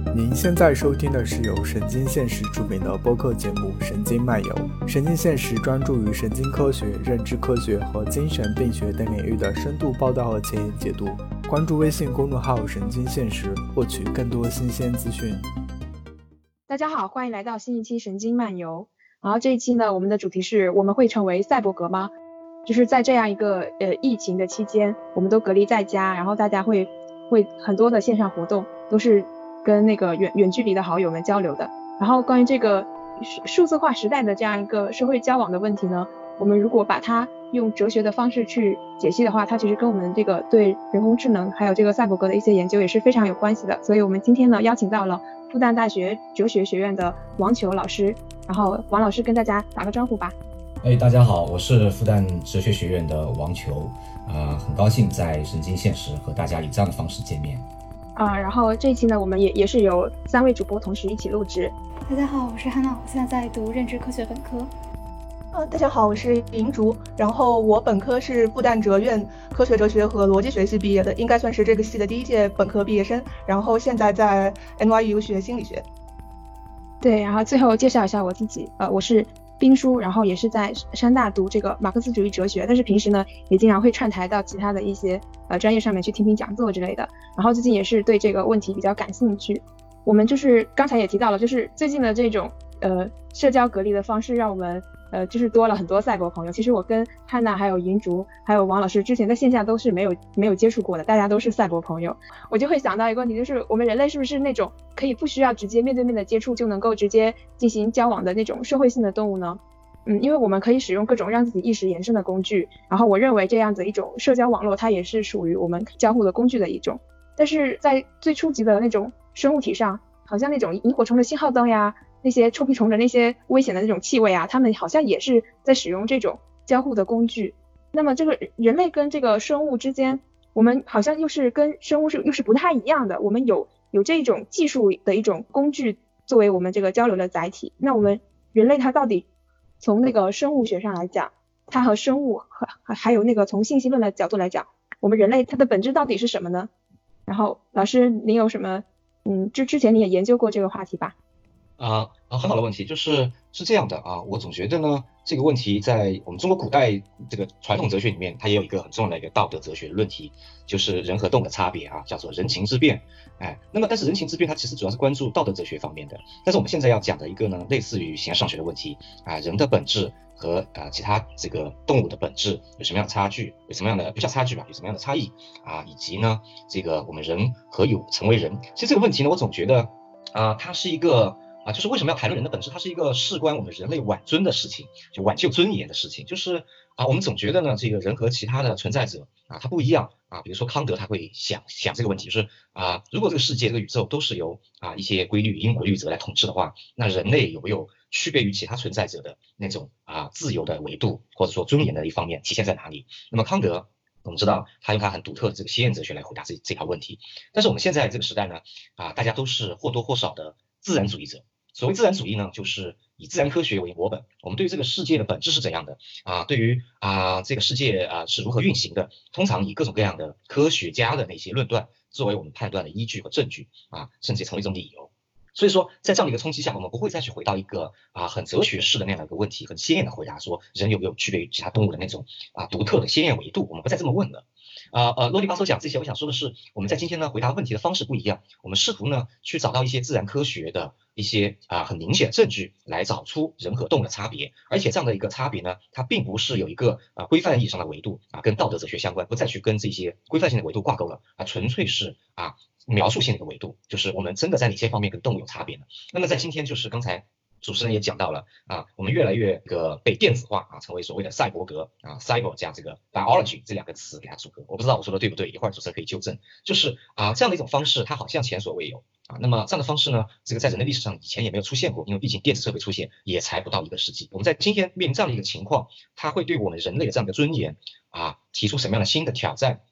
您现在收听的是由神经现实出品的播客节目《神经漫游》。神经现实专注于神经科学、认知科学和精神病学等领域的深度报道和前沿解读。关注微信公众号“神经现实”，获取更多新鲜资讯。 大家好，欢迎来到新一期《神经漫游》。然后这一期呢，我们的主题是：我们会成为赛博格吗？就是在这样一个疫情的期间，我们都隔离在家，然后大家会很多的线上活动都是跟那个远距离的好友们交流的。然后关于这个数字化时代的这样一个社会交往的问题呢，我们如果把它用哲学的方式去解析的话，它其实跟我们这个对人工智能还有这个赛博格的一些研究也是非常有关系的。所以我们今天呢邀请到了复旦大学哲学学院的王球老师，然后王老师跟大家打个招呼吧。 大家好，我是复旦哲学学院的王球，很高兴在神经现实和大家以这样的方式见面。 然后这一期呢，我们也是有3位主播同时一起录制。 大家好，我是汉娜，我现在在读认知科学本科。 大家好，我是银竹，然后我本科是复旦哲院科学哲学和逻辑学系毕业的，应该算是这个系的第一届本科毕业生，然后现在在 NYU 学心理学。 对，然后最后介绍一下我自己，我是兵书，然后也是在山大读这个马克思主义哲学，但是平时呢也经常会串台到其他的一些专业上面去听听讲座之类的。然后最近也是对这个问题比较感兴趣。我们就是刚才也提到了，就是最近的这种社交隔离的方式，让我们就是多了很多赛博朋友。其实我跟汉娜还有银竹还有王老师之前在线下都是没有接触过的，大家都是赛博朋友。我就会想到一个问题，就是我们人类是不是那种可以不需要直接面对面的接触就能够直接进行交往的那种社会性的动物呢？因为我们可以使用各种让自己意识延伸的工具，然后我认为这样子一种社交网络它也是属于我们交互的工具的一种。但是在最初级的那种生物体上，好像那种萤火虫的信号灯呀，那些臭屁虫的那些危险的那种气味啊，他们好像也是在使用这种交互的工具。那么这个人类跟这个生物之间，我们好像又是跟生物又是不太一样的，我们有这种技术的一种工具作为我们这个交流的载体。那我们人类它到底从那个生物学上来讲，它和生物还有那个从信息论的角度来讲，我们人类它的本质到底是什么呢？然后老师您有什么之前你也研究过这个话题吧？ 很好的问题，是这样的啊，我总觉得呢，这个问题在我们中国古代这个传统哲学里面，它也有一个很重要的一个道德哲学的论题，就是人和动物的差别啊，叫做人情之辩。那么但是人情之辩它其实主要是关注道德哲学方面的，但是我们现在要讲的一个呢，类似于形而上学的问题啊，人的本质和其他这个动物的本质有什么样的差距，有什么样的不叫差距吧，有什么样的差异啊，以及呢这个我们人何以成为人？其实这个问题呢，我总觉得它是一个就是为什么要谈论人的本质？它是一个事关我们人类挽尊的事情，就挽救尊严的事情。就是我们总觉得呢，这个人和其他的存在者它不一样比如说康德他会想这个问题，就是如果这个世界这个宇宙都是由一些规律因果律则来统治的话，那人类有没有区别于其他存在者的那种自由的维度，或者说尊严的一方面体现在哪里？那么康德我们知道他用他很独特的这个先验哲学来回答这条问题。但是我们现在这个时代呢大家都是或多或少的自然主义者。所谓自然主义呢，就是以自然科学为国本，我们对于这个世界的本质是怎样的对于这个世界是如何运行的，通常以各种各样的科学家的那些论断作为我们判断的依据和证据甚至成为一种理由。所以说在这样的一个冲击下，我们不会再去回到一个很哲学式的那样的一个问题，很鲜艳的回答说人有没有区别于其他动物的那种独特的鲜艳维度，我们不再这么问了。啰里吧嗦讲这些，我想说的是，我们在今天呢回答问题的方式不一样，我们试图呢去找到一些自然科学的一些很明显的证据来找出人和动物的差别，而且这样的一个差别呢，它并不是有一个规范意义上的维度跟道德哲学相关，不再去跟这些规范性的维度挂钩了纯粹是描述性的一个维度，就是我们真的在哪些方面跟动物有差别呢？那么在今天就是刚才主持人也讲到了我们越来越被电子化成为所谓的赛博格cyber 加这个 biology 这2个词给它组合，我不知道我说的对不对，一会儿主持人可以纠正。就是这样的一种方式，它好像前所未有那么这样的方式呢，这个在人类历史上以前也没有出现过，因为毕竟电子设备出现也才不到1个世纪。我们在今天面临这样的一个情况，它会对我们人类的这样的尊严提出什么样的新的挑战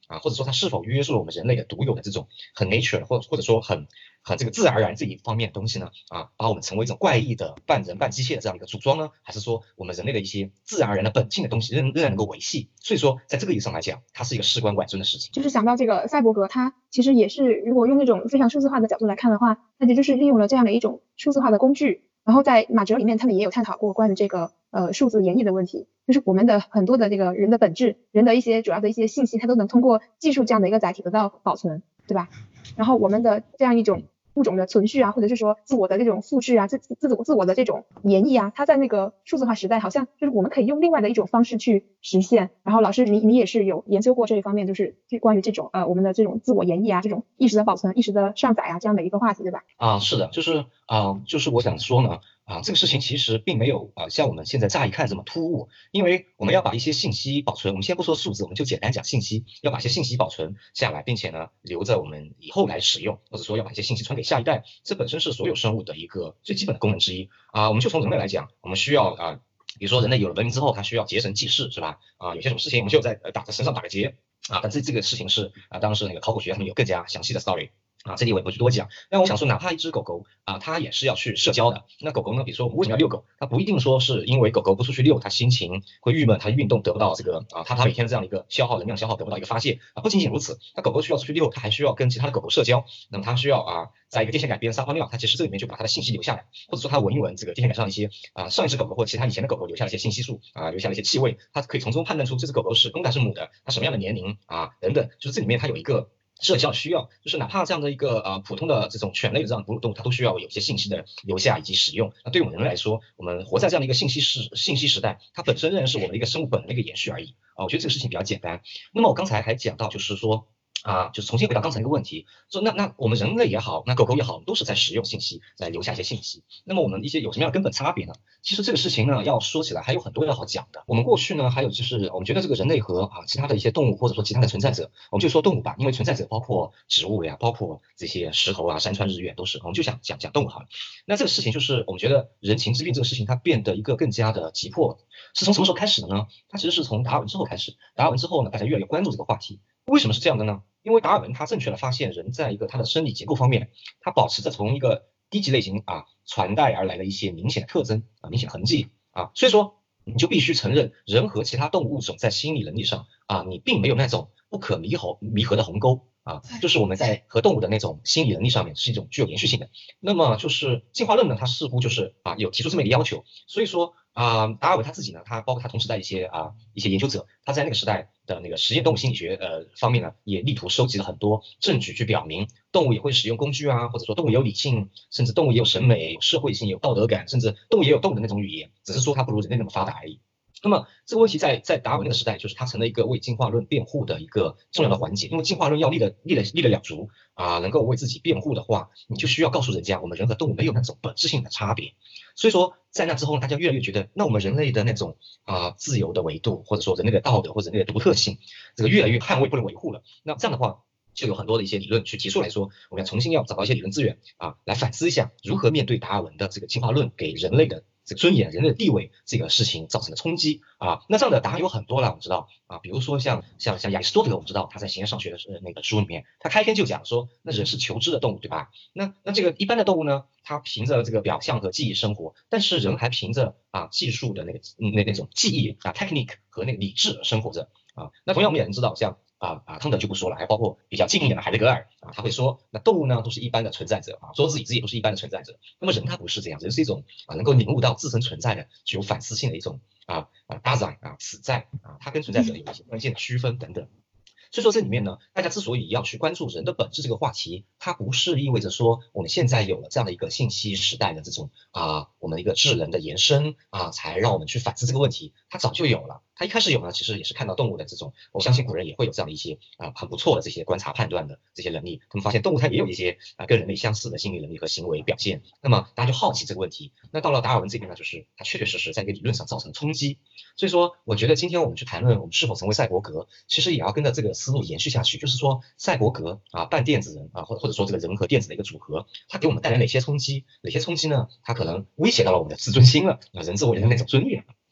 或者说它是否约束了我们人类的独有的这种很 nature 或者说很这个自然而然这一方面的东西呢？把我们成为一种怪异的半人半机械的这样一个组装呢？还是说我们人类的一些自然而然的本性的东西仍然能够维系？所以说在这个意义上来讲，它是一个事关晚尊的事情。 就是想到这个赛博格，它其实也是如果用那种非常数字化的角度来看的话，它其实就是利用了这样的一种数字化的工具。然后在马哲里面，他们也有探讨过关于这个数字演绎的问题，就是我们的很多的这个人的本质，人的一些主要的一些信息，它都能通过技术这样的一个载体得到保存，对吧？然后我们的这样一种物种的存续或者是说自我的这种复制自我的这种演绎它在那个数字化时代，好像就是我们可以用另外的一种方式去实现。然后老师你也是有研究过这一方面，就是关于这种我们的这种自我演绎这种意识的保存、意识的上载这样的一个话题，对吧？ 是的，就是我想说呢。这个事情其实并没有像我们现在乍一看这么突兀，因为我们要把一些信息保存，我们先不说数字，我们就简单讲信息，要把一些信息保存下来，并且呢留着我们以后来使用，或者说要把一些信息传给下一代，这本身是所有生物的一个最基本的功能之一我们就从人类来讲，我们需要比如说人类有了文明之后，他需要结绳记事，是吧？有些什么事情我们就在身上打个结但这个事情是当时那个考古学他们有更加详细的 story。这里我也不去多讲，但我想说，哪怕一只狗狗它也是要去社交的。那狗狗呢，比如说我们为什么要遛狗？它不一定说是因为狗狗不出去遛，它心情会郁闷，它运动得不到这个它每天这样的一个能量消耗得不到一个发泄不仅仅如此，那狗狗需要出去遛，它还需要跟其他的狗狗社交，那么它需要在一个电线杆边撒泡尿，它其实这里面就把它的信息留下来，或者说它闻一闻这个电线杆上一些上一只狗狗或其他以前的狗狗留下了一些信息素留下了一些气味，它可以从中判断出这只狗狗是公的还是母的，它什么样的年龄等等，就是这里面它有一个社交需要，就是哪怕这样的一个普通的这种犬类的这样哺乳动物，它都需要有一些信息的留下以及使用。那对我们人类来说，我们活在这样的一个信息时代，它本身仍然是我们的一个生物本能的一个延续而已我觉得这个事情比较简单。那么我刚才还讲到，就是说就是重新回答刚才那个问题，说那我们人类也好，那狗狗也好，都是在使用信息，在留下一些信息。那么我们一些有什么样的根本差别呢？其实这个事情呢，要说起来还有很多要好讲的。我们过去呢，还有就是我们觉得这个人类和其他的一些动物，或者说其他的存在者，我们就说动物吧，因为存在者包括植物呀，包括这些石头山川日月都是，我们就想讲动物好了。那这个事情就是我们觉得人情之病这个事情，它变得一个更加的急迫，是从什么时候开始的呢？它其实是从达尔文之后开始。达尔文之后呢，大家越来越关注这个话题。为什么是这样的呢？因为达尔文他正确的发现人在一个他的生理结构方面，他保持着从一个低级类型传代而来的一些明显的特征明显的痕迹所以说你就必须承认人和其他动物物种在心理能力上你并没有那种不可弥合的鸿沟就是我们在和动物的那种心理能力上面是一种具有延续性的。那么就是进化论呢，它似乎就是有提出这么一个要求。所以说达尔文他自己呢，他包括他同时代一些研究者，他在那个时代的那个实验动物心理学方面呢，也力图收集了很多证据去表明动物也会使用工具或者说动物也有理性，甚至动物也有审美、有社会性、有道德感，甚至动物也有动的那种语言，只是说它不如人类那么发达而已。那么这个问题在达尔文那个时代，就是它成了一个为进化论辩护的一个重要的环节。因为进化论要立得了足能够为自己辩护的话，你就需要告诉人家，我们人和动物没有那种本质性的差别。所以说，在那之后，大家越来越觉得，那我们人类的那种自由的维度，或者说人类的道德或者人类的独特性，这个越来越捍卫不能维护了。那这样的话，就有很多的一些理论去提出来说，我们要重新找到一些理论资源来反思一下如何面对达尔文的这个进化论给人类的这个尊严、人类的地位这个事情造成的冲击那这样的答案有很多了，我们知道比如说像亚里士多德，我们知道他在《形而上学》的那个书里面，他开篇就讲说，那人是求知的动物，对吧？那这个一般的动物呢，它凭着这个表象和记忆生活，但是人还凭着技术的那种技艺technique 和那个理智生活着那同样我们也能知道，像康德就不说了，还包括比较近一点的海德格尔他会说，那动物呢都是一般的存在者说自己都是一般的存在者。那么人他不是这样，人是一种能够领悟到自身存在的、具有反思性的一种Dasein此在它跟存在者有一些关键的区分等等。所以说这里面呢，大家之所以要去关注人的本质这个话题，它不是意味着说我们现在有了这样的一个信息时代的这种我们一个智能的延伸才让我们去反思这个问题，它早就有了。它一开始有呢，其实也是看到动物的这种，我相信古人也会有这样的一些很不错的这些观察判断的这些能力，他们发现动物它也有一些跟人类相似的心理能力和行为表现。那么大家就好奇这个问题，那到了达尔文这边呢，就是它确确实实在一个理论上造成冲击。所以说我觉得今天我们去谈论我们是否成为赛博格，其实也要跟着这个思路延续下去，就是说赛博格半电子人或者说这个人和电子的一个组合，它给我们带来哪些冲击？哪些冲击呢？它可能威胁到了我们的自尊心了，人自我人的那种尊严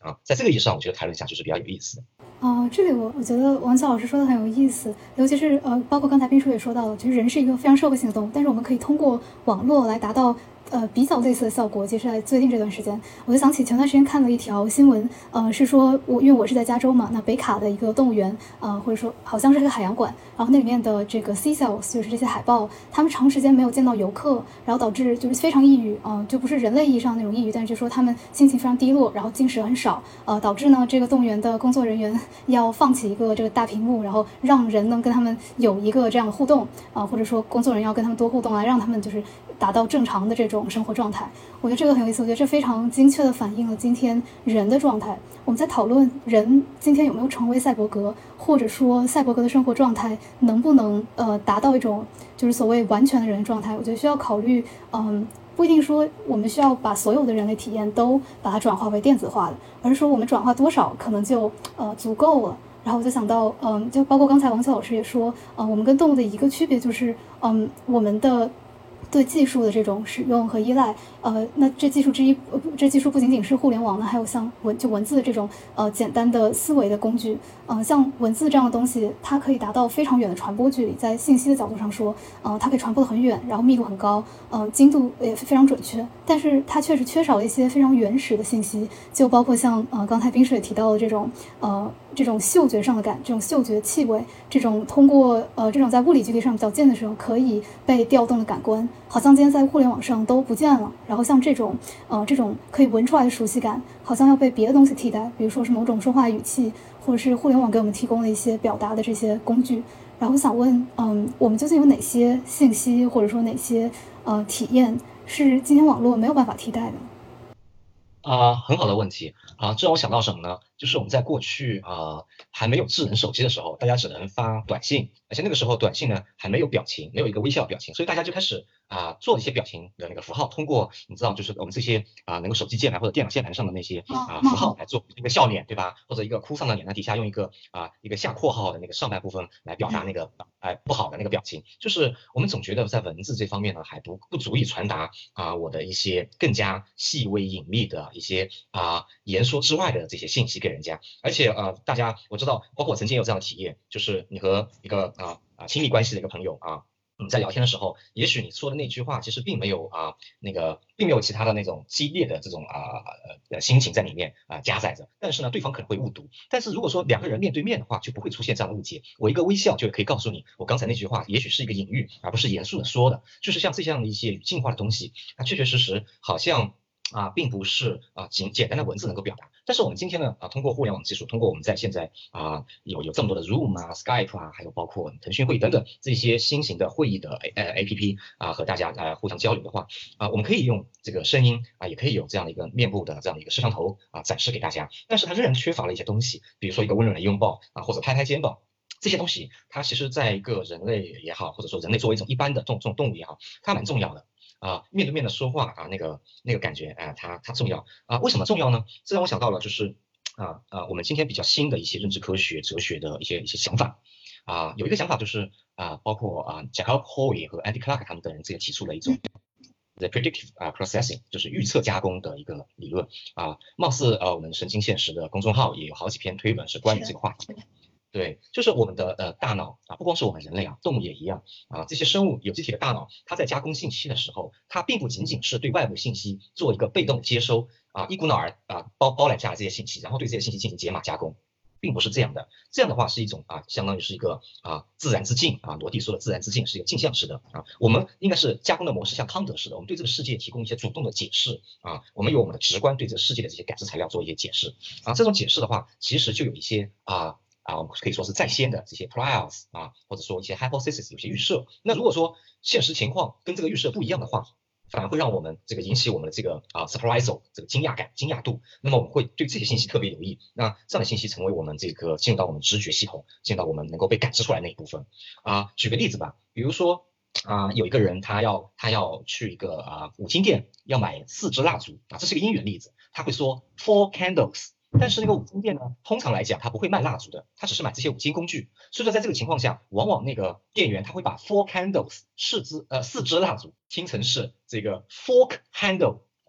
啊，在这个意义上，我觉得谈论一下就是比较有意思的。 这里我觉得王乔老师说的很有意思，尤其是包括刚才斌叔也说到了，其实人是一个非常社会性的动物，但是我们可以通过网络来达到比较类似的效果。其实在最近这段时间，我就想起前段时间看了一条新闻，是说因为我是在加州嘛，那北卡的一个动物园，或者说好像是个海洋馆，然后那里面的这个 seashells 就是这些海豹，他们长时间没有见到游客，然后导致就是非常抑郁，就不是人类意义上那种抑郁，但是就说他们心情非常低落，然后进食很少，导致呢这个动物园的工作人员要放弃一个这个大屏幕，然后让人能跟他们有一个这样的互动，或者说工作人员要跟他们多互动，来让他们就是达到正常的这种生活状态。我觉得这个很有意思，我觉得这非常精确地反映了今天人的状态。我们在讨论人今天有没有成为赛博格，或者说赛博格的生活状态能不能达到一种就是所谓完全的人状态，我觉得需要考虑不一定说我们需要把所有的人类体验都把它转化为电子化的，而是说我们转化多少可能就足够了。然后我就想到就包括刚才王乔老师也说我们跟动物的一个区别就是我们的对技术的这种使用和依赖，那这技术不仅仅是互联网呢，还有像文字的这种简单的思维的工具，像文字这样的东西，它可以达到非常远的传播距离，在信息的角度上说，它可以传播得很远，然后密度很高，精度也非常准确，但是它确实缺少一些非常原始的信息，就包括像刚才冰师也提到的这种嗅觉上的感，这种嗅觉气味，这种通过这种在物理距离上比较近的时候可以被调动的感官，好像今天在互联网上都不见了。然后像这种可以闻出来的熟悉感，好像要被别的东西替代，比如说是某种说话语气，或者是互联网给我们提供的一些表达的这些工具。然后我想问，我们究竟有哪些信息，或者说哪些体验是今天网络没有办法替代的？ 很好的问题这让我想到什么呢？就是我们在过去还没有智能手机的时候，大家只能发短信，而且那个时候短信呢还没有表情，没有一个微笑表情，所以大家就开始做一些表情的那个符号，通过你知道就是我们这些能够手机键盘或者电脑键盘上的那些符号来做一个笑脸，对吧？或者一个哭丧的脸，那底下用一个一个下括号的那个上半部分来表达那个不好的那个表情。就是我们总觉得在文字这方面呢还不足以传达我的一些更加细微隐秘的一些言说之外的这些信息给人家。而且大家我知道，包括我曾经有这样的体验，就是你和一个亲密关系的一个朋友你在聊天的时候，也许你说的那句话其实并没有并没有其他的那种激烈的这种心情在里面加载着，但是呢对方可能会误读。但是如果说两个人面对面的话，就不会出现这样的误解，我一个微笑就可以告诉你我刚才那句话也许是一个隐喻，而不是严肃的说的。就是像这样的一些语境化的东西，它确确实实好像并不是简单的文字能够表达。但是我们今天呢通过互联网技术，通过我们在现在有这么多的 Zoom Skype 还有包括腾讯会议等等这些新型的会议的APP 和大家互相交流的话我们可以用这个声音也可以有这样的一个面部的这样的一个摄像头展示给大家，但是它仍然缺乏了一些东西，比如说一个温暖的拥抱或者拍拍肩膀。这些东西它其实在一个人类也好，或者说人类作为一种一般的这种动物也好，它蛮重要的。面对面的说话那个感觉它重要为什么重要呢？这让我想到了就是我们今天比较新的一些认知科学哲学的一些想法有一个想法就是包括Jacob Hoy 和 Andy Clark 他们等人自己提出了一种The predictive processing 就是预测加工的一个理论貌似我们神经现实的公众号也有好几篇推文是关于这个话题的。对，就是我们的大脑不光是我们人类动物也一样这些生物有机体的大脑，它在加工信息的时候，它并不仅仅是对外部信息做一个被动的接收一股脑儿包揽下来这些信息，然后对这些信息进行解码加工，并不是这样的。这样的话是一种相当于是一个自然之镜罗蒂说的自然之镜是一个镜像式的我们应该是加工的模式像康德式的，我们对这个世界提供一些主动的解释我们有我们的直观对这个世界的这些感知材料做一些解释这种解释的话，其实就有一些我们可以说是在先的这些 trials或者说一些 hypothesis 有些预设。那如果说现实情况跟这个预设不一样的话，反而会让我们这个引起我们的这个surprise 这个惊讶感惊讶度，那么我们会对这些信息特别留意，那这样的信息成为我们这个进入到我们知觉系统，进入到我们能够被感知出来那一部分举个例子吧，比如说有一个人他要去一个五金店要买4支蜡烛这是个因缘例子，他会说 4 candles，但是那个五金店呢，通常来讲他不会卖蜡烛的，他只是买这些五金工具。所以说在这个情况下，往往那个店员他会把 4 candles 4支蜡烛听成是这个 fork handle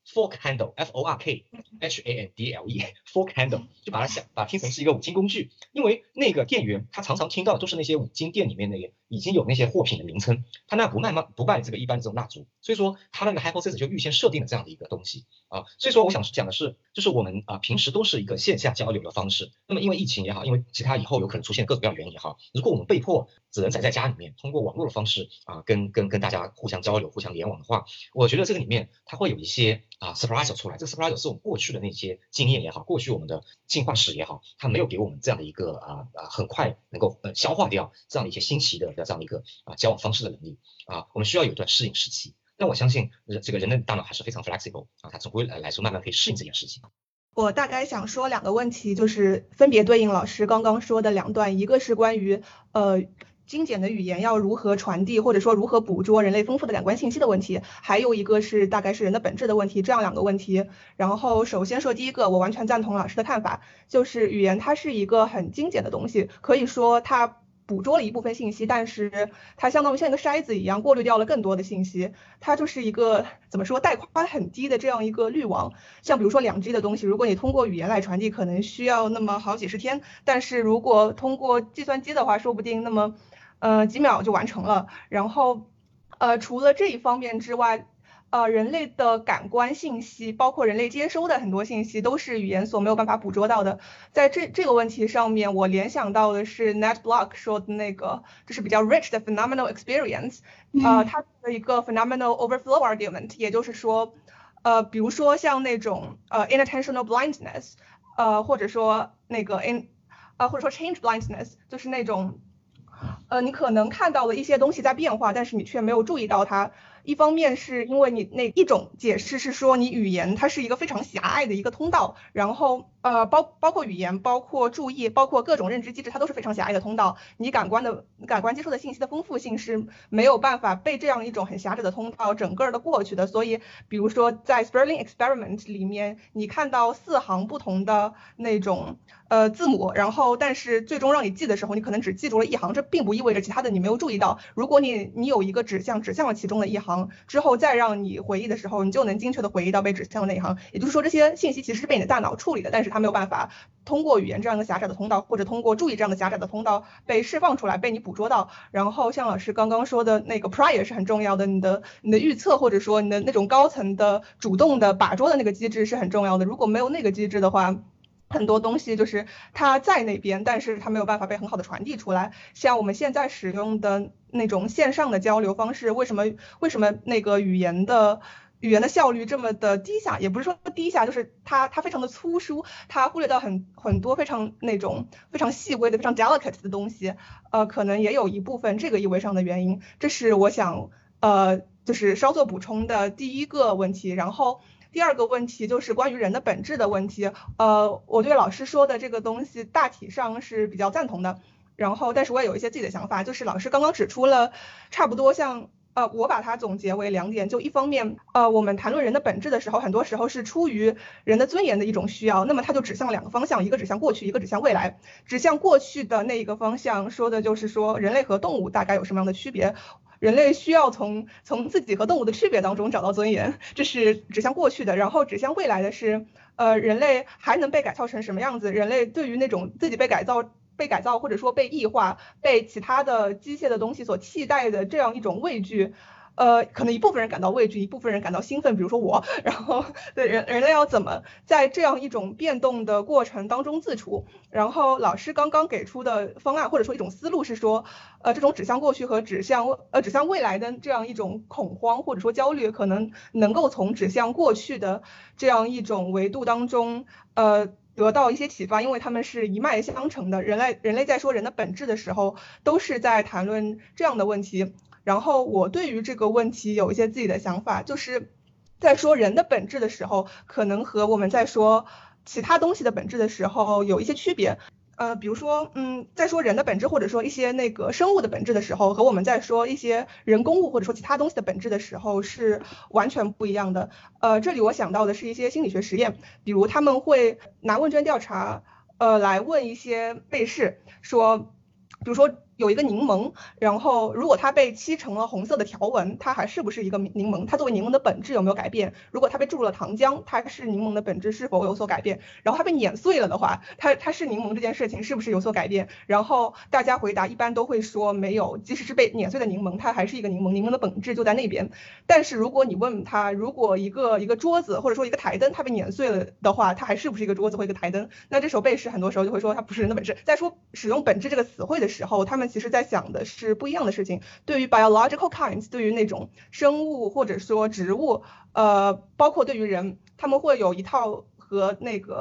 fork handle FORK HANDLE fork handle 就把它听成是一个五金工具，因为那个店员他常常听到的都是那些五金店里面那个已经有那些货品的名称，他那不卖这个一般的这种蜡烛，所以说他那个 hypothesis 就预先设定了这样的一个东西啊。所以说我想讲的是，就是我们平时都是一个线下交流的方式，那么因为疫情也好，因为其他以后有可能出现各种各样的原因也好，如果我们被迫只能宅在家里面，通过网络的方式跟大家互相交流、互相联网的话，我觉得这个里面它会有一些surprise 出来。这个 surprise 是我们过去的那些经验也好，过去我们的进化史也好，它没有给我们这样的一个很快能够消化掉这样的一些新奇的这样的一个交往方式的能力我们需要有一段适应时期。但我相信这个人的大脑还是非常 flexible 它总归来说慢慢可以适应这件事情。 我大概想说2个问题，就是分别对应老师刚刚说的2段，一个是关于精简的语言要如何传递，或者说如何捕捉人类丰富的感官信息的问题，还有一个是大概是人的本质的问题，这样2个问题。然后首先说第一个，我完全赞同老师的看法，就是语言它是一个很精简的东西，可以说它捕捉了一部分信息，但是它相当于像一个筛子一样过滤掉了更多的信息，它就是一个怎么说带宽很低的这样一个滤网。像比如说2G 的东西，如果你通过语言来传递，可能需要那么好几十天，但是如果通过计算机的话，说不定那么几秒就完成了。然后除了这一方面之外，人类的感官信息，包括人类接收的很多信息，都是语言所没有办法捕捉到的。在这个问题上面，我联想到的是 Ned Block 说的那个，就是比较 rich 的 phenomenal experience，它的一个 phenomenal overflow argument， 也就是说，比如说像那种inattentional blindness，或者说那个或者说 change blindness， 就是那种你可能看到了一些东西在变化，但是你却没有注意到它。一方面是因为你那一种解释是说你语言它是一个非常狭隘的一个通道，然后包括语言，包括注意，包括各种认知机制，它都是非常狭隘的通道。你感官接受的信息的丰富性是没有办法被这样一种很狭窄的通道整个的过去的。所以比如说在 Sperling Experiment 里面，你看到4行不同的那种字母，然后但是最终让你记的时候，你可能只记住了1行，这并不意味着其他的你没有注意到。如果你有一个指向了其中的1行之后，再让你回忆的时候，你就能精确的回忆到被指向的那一行。也就是说，这些信息其实是被你的大脑处理的，但是它没有办法通过语言这样一个狭窄的通道，或者通过注意这样的狭窄的通道被释放出来，被你捕捉到。然后像老师刚刚说的那个 prior 是很重要的，你的预测，或者说你的那种高层的主动的把捉的那个机制是很重要的。如果没有那个机制的话，很多东西就是它在那边，但是它没有办法被很好的传递出来。像我们现在使用的那种线上的交流方式，为什么那个语言的效率这么的低下？也不是说低下，就是它非常的粗疏，它忽略到很多非常那种非常细微的、非常 delicate 的东西。可能也有一部分这个意味上的原因。这是我想就是稍作补充的第一个问题。然后第2个问题就是关于人的本质的问题。我对老师说的这个东西大体上是比较赞同的。然后但是我也有一些自己的想法，就是老师刚刚指出了差不多像我把它总结为2点。就一方面我们谈论人的本质的时候，很多时候是出于人的尊严的一种需要，那么它就指向2个方向，一个指向过去，一个指向未来。指向过去的那一个方向说的就是说人类和动物大概有什么样的区别，人类需要从自己和动物的区别当中找到尊严，这是指向过去的。然后指向未来的是人类还能被改造成什么样子，人类对于那种自己被改造或者说被异化、被其他的机械的东西所替代的这样一种畏惧，可能一部分人感到畏惧，一部分人感到兴奋，比如说我。然后对人类要怎么在这样一种变动的过程当中自处。然后老师刚刚给出的方案或者说一种思路是说，这种指向过去和指向未来的这样一种恐慌或者说焦虑，可能能够从指向过去的这样一种维度当中得到一些启发，因为他们是一脉相承的。人类在说人的本质的时候，都是在谈论这样的问题。然后我对于这个问题有一些自己的想法，就是在说人的本质的时候，可能和我们在说其他东西的本质的时候有一些区别。比如说在说人的本质或者说一些那个生物的本质的时候，和我们在说一些人工物或者说其他东西的本质的时候是完全不一样的。这里我想到的是一些心理学实验，比如他们会拿问卷调查来问一些被试，说比如说有一个柠檬，然后如果它被漆成了红色的条纹，它还是不是一个柠檬？它作为柠檬的本质有没有改变？如果它被注入了糖浆，它是柠檬的本质是否有所改变？然后它被碾碎了的话，它是柠檬这件事情是不是有所改变？然后大家回答一般都会说没有，即使是被碾碎的柠檬，它还是一个柠檬，柠檬的本质就在那边。但是如果你问他，如果一个桌子或者说一个台灯它被碾碎了的话，它还是不是一个桌子或一个台灯？那这时候贝氏很多时候就会说它不是人的本质。在说使用本质这个词汇的时候，他们其实在想的是不一样的事情。对于 biological kinds， 对于那种生物或者说植物，包括对于人，他们会有一套和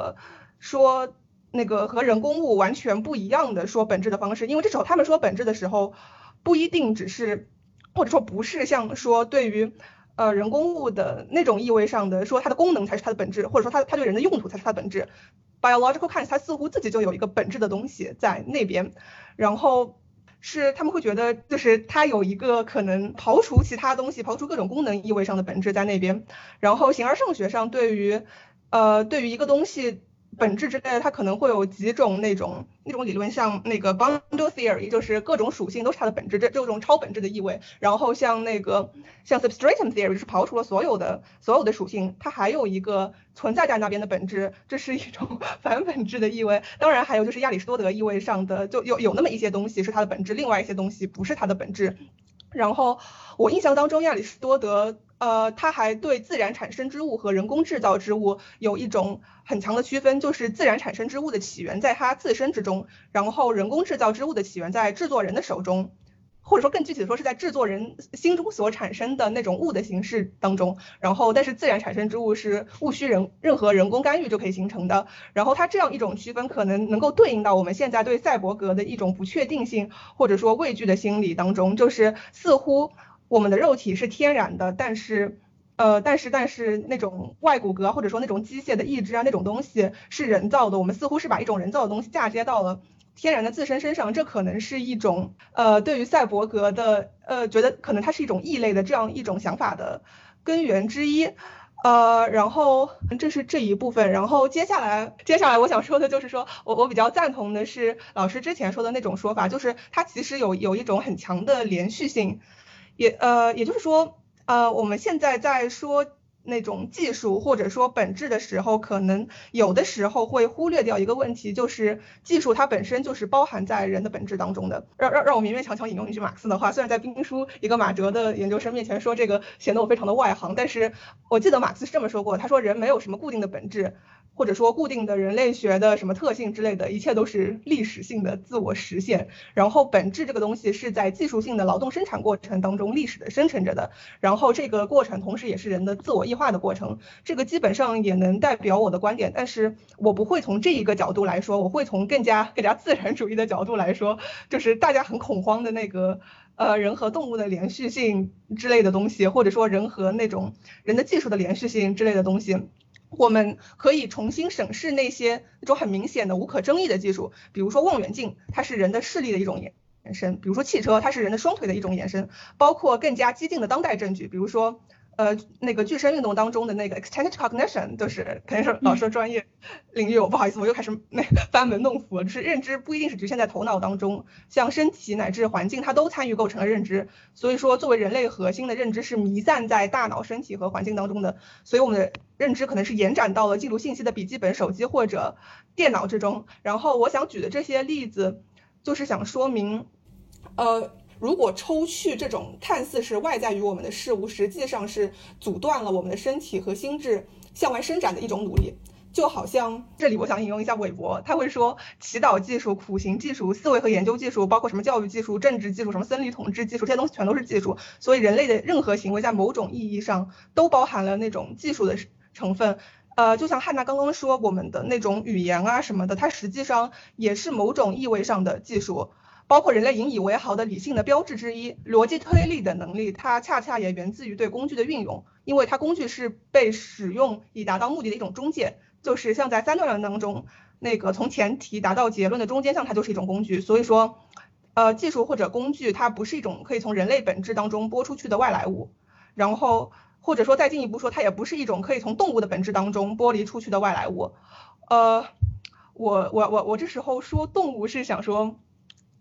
和人工物完全不一样的说本质的方式。因为这时候他们说本质的时候，不一定只是或者说不是像说对于人工物的那种意味上的说它的功能才是它的本质，或者说它对人的用途才是它的本质。biological kinds 它似乎自己就有一个本质的东西在那边，然后是他们会觉得就是它有一个可能刨除其他东西，刨除各种功能意味上的本质在那边。然后形而上学上对于一个东西本质之类的，它可能会有几种那种理论，像那个 bundle theory， 就是各种属性都是它的本质，这种超本质的意味。然后像substratum theory， 就是刨除了所有的属性，它还有一个存在在那边的本质，这是一种反本质的意味。当然还有就是亚里士多德意味上的，就有那么一些东西是它的本质，另外一些东西不是它的本质。然后我印象当中亚里士多德他还对自然产生之物和人工制造之物有一种很强的区分，就是自然产生之物的起源在它自身之中，然后人工制造之物的起源在制作人的手中，或者说更具体的说是在制作人心中所产生的那种物的形式当中。然后但是自然产生之物是毋需任何人工干预就可以形成的。然后它这样一种区分可能够对应到我们现在对赛博格的一种不确定性或者说畏惧的心理当中，就是似乎我们的肉体是天然的，但是那种外骨骼或者说那种机械的意志啊，那种东西是人造的，我们似乎是把一种人造的东西嫁接到了天然的自身身上。这可能是一种对于赛博格的觉得可能它是一种异类的这样一种想法的根源之一。然后这是这一部分。然后接下来我想说的就是说我比较赞同的是老师之前说的那种说法，就是它其实有一种很强的连续性。也就是说我们现在在说那种技术或者说本质的时候，可能有的时候会忽略掉一个问题，就是技术它本身就是包含在人的本质当中的。让我勉勉强强引用一句马克思的话，虽然在兵书一个马哲的研究生面前说这个显得我非常的外行，但是我记得马克思是这么说过，他说人没有什么固定的本质，或者说固定的人类学的什么特性之类的，一切都是历史性的自我实现。然后本质这个东西是在技术性的劳动生产过程当中历史的生成着的，然后这个过程同时也是人的自我异化的过程。这个基本上也能代表我的观点，但是我不会从这一个角度来说，我会从更加自然主义的角度来说，就是大家很恐慌的那个人和动物的连续性之类的东西，或者说人和那种人的技术的连续性之类的东西。我们可以重新审视那种很明显的无可争议的技术，比如说望远镜，它是人的视力的一种延伸，比如说汽车，它是人的双腿的一种延伸，包括更加激进的当代证据，比如说那个具身运动当中的那个 extended cognition， 就是肯定是老师专业领域，我不好意思，我又开始班门弄斧了，就是认知不一定是局限在头脑当中，像身体乃至环境它都参与构成了认知。所以说作为人类核心的认知是弥散在大脑、身体和环境当中的，所以我们的认知可能是延展到了记录信息的笔记本、手机或者电脑之中。然后我想举的这些例子就是想说明如果抽去这种看似是外在于我们的事物，实际上是阻断了我们的身体和心智向外伸展的一种努力。就好像这里我想引用一下韦伯，他会说祈祷技术、苦行技术、思维和研究技术，包括什么教育技术、政治技术、什么森林统治技术，这些东西全都是技术。所以人类的任何行为在某种意义上都包含了那种技术的成分。就像汉娜刚刚说，我们的那种语言啊什么的，它实际上也是某种意味上的技术。包括人类引以为豪的理性的标志之一，逻辑推理的能力，它恰恰也源自于对工具的运用，因为它工具是被使用以达到目的的一种中介，就是像在三段论当中，那个从前提达到结论的中间项，它就是一种工具。所以说，技术或者工具，它不是一种可以从人类本质当中剥出去的外来物，然后或者说再进一步说，它也不是一种可以从动物的本质当中剥离出去的外来物。我这时候说动物是想说。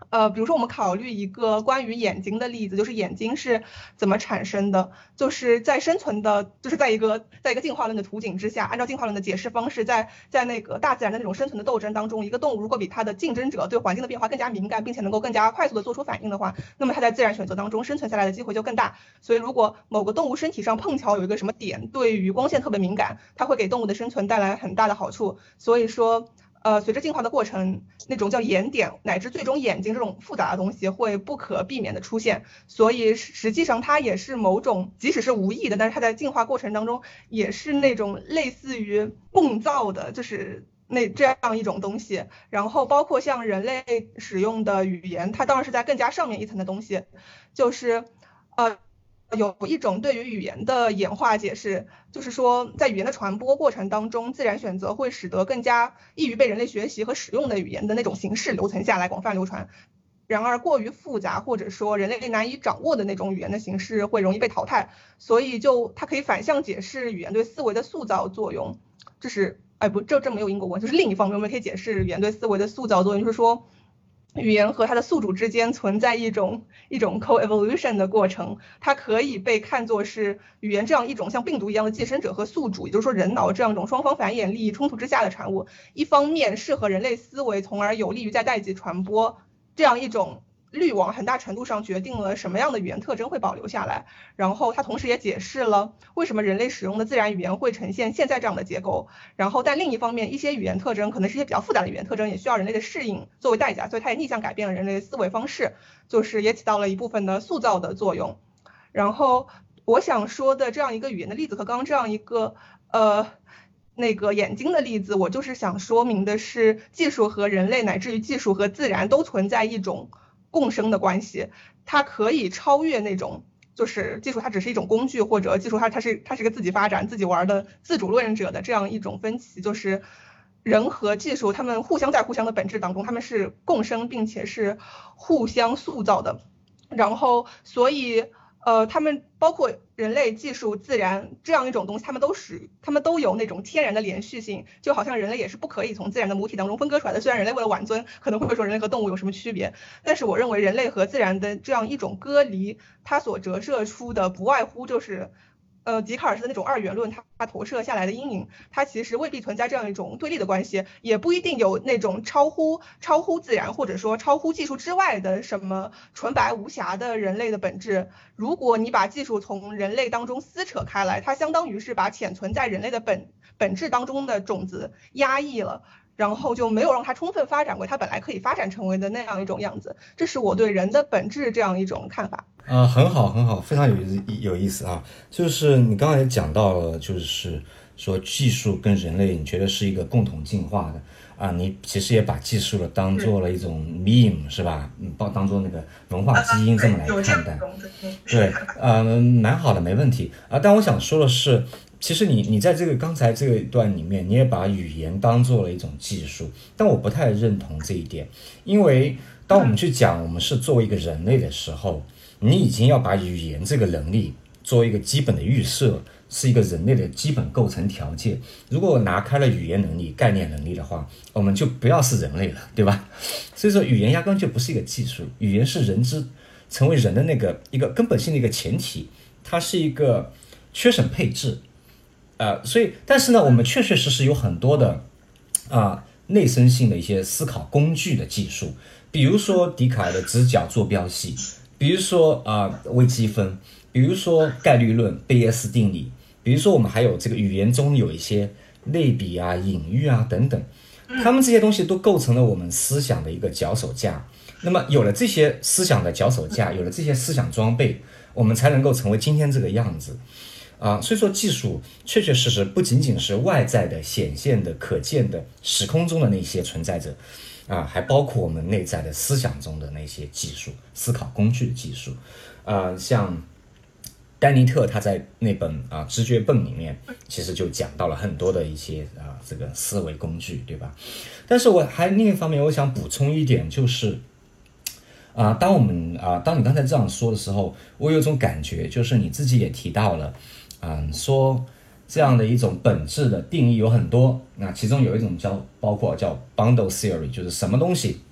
比如说我们考虑一个关于眼睛的例子，就是眼睛是怎么产生的，就是在生存的，就是在一个进化论的图景之下，按照进化论的解释方式，在那个大自然的那种生存的斗争当中，一个动物如果比它的竞争者对环境的变化更加敏感，并且能够更加快速的做出反应的话，那么它在自然选择当中生存下来的机会就更大。所以如果某个动物身体上碰巧有一个什么点对于光线特别敏感，它会给动物的生存带来很大的好处。所以说随着进化的过程，那种叫眼点乃至最终眼睛这种复杂的东西会不可避免的出现，所以实际上它也是某种，即使是无意的，但是它在进化过程当中也是那种类似于共造的，就是这样一种东西。然后包括像人类使用的语言，它当然是在更加上面一层的东西，就是有一种对于语言的演化解释，就是说在语言的传播过程当中，自然选择会使得更加易于被人类学习和使用的语言的那种形式留存下来，广泛流传。然而过于复杂或者说人类难以掌握的那种语言的形式会容易被淘汰，所以它可以反向解释语言对思维的塑造作用。这没有因果关系，就是另一方面我们可以解释语言对思维的塑造作用，就是说语言和它的宿主之间存在一种 coevolution 的过程，它可以被看作是语言这样一种像病毒一样的寄生者和宿主，也就是说人脑这样一种双方繁衍利益冲突之下的产物，一方面适合人类思维，从而有利于在代际传播，这样一种滤网很大程度上决定了什么样的语言特征会保留下来。然后它同时也解释了为什么人类使用的自然语言会呈现现在这样的结构。然后但另一方面，一些语言特征可能是一些比较复杂的语言特征，也需要人类的适应作为代价，所以它也逆向改变了人类的思维方式，就是也起到了一部分的塑造的作用。然后我想说的这样一个语言的例子和刚刚这样一个那个眼睛的例子，我就是想说明的是，技术和人类乃至于技术和自然都存在一种共生的关系，它可以超越那种就是技术它只是一种工具，或者技术它是个自己发展自己玩的自主论者的这样一种分歧，就是人和技术他们互相的本质当中，他们是共生并且是互相塑造的。然后所以他们包括人类、技术、自然这样一种东西，他们都有那种天然的连续性，就好像人类也是不可以从自然的母体当中分割出来的。虽然人类为了挽尊可能会说人类和动物有什么区别，但是我认为人类和自然的这样一种割离，它所折射出的不外乎就是笛卡尔式的那种二元论，它投射下来的阴影，它其实未必存在这样一种对立的关系，也不一定有那种超乎自然或者说超乎技术之外的什么纯白无瑕的人类的本质。如果你把技术从人类当中撕扯开来，它相当于是把潜存在人类的本质当中的种子压抑了，然后就没有让它充分发展为它本来可以发展成为的那样一种样子。这是我对人的本质这样一种看法。 很好，非常有意思啊！就是你刚才也讲到了，就是说技术跟人类，你觉得是一个共同进化的啊？你其实也把技术了当做了一种 meme 是吧？当做那个文化基因这么来看待。对，蛮好的，没问题啊。但我想说的是，其实你在这个刚才这个段里面，你也把语言当做了一种技术，但我不太认同这一点，因为当我们去讲我们是作为一个人类的时候，你已经要把语言这个能力作为一个基本的预设，是一个人类的基本构成条件。如果我拿开了语言能力、概念能力的话，我们就不要是人类了，对吧？所以说语言压根就不是一个技术，语言是人之成为人的那个一个根本性的一个前提，它是一个缺省配置。所以但是呢，我们确实有很多的内生性的一些思考工具的技术，比如说笛卡尔的直角坐标系，比如说微积分，比如说概率论、贝叶斯定理，比如说我们还有这个语言中有一些类比啊、隐喻啊等等，他们这些东西都构成了我们思想的一个脚手架。那么有了这些思想的脚手架，有了这些思想装备，我们才能够成为今天这个样子。所以说技术确实不仅仅是外在的、显现的、可见的、时空中的那些存在者还包括我们内在的思想中的那些技术、思考工具的技术。像丹尼特他在那本知觉笨里面其实就讲到了很多的一些这个思维工具，对吧？但是我还另一方面我想补充一点，就是当你刚才这样说的时候，我有种感觉，就是你自己也提到了说这样的一种本质的定义有很多，那其中有一种包括叫 bundle theory， 就是什么东西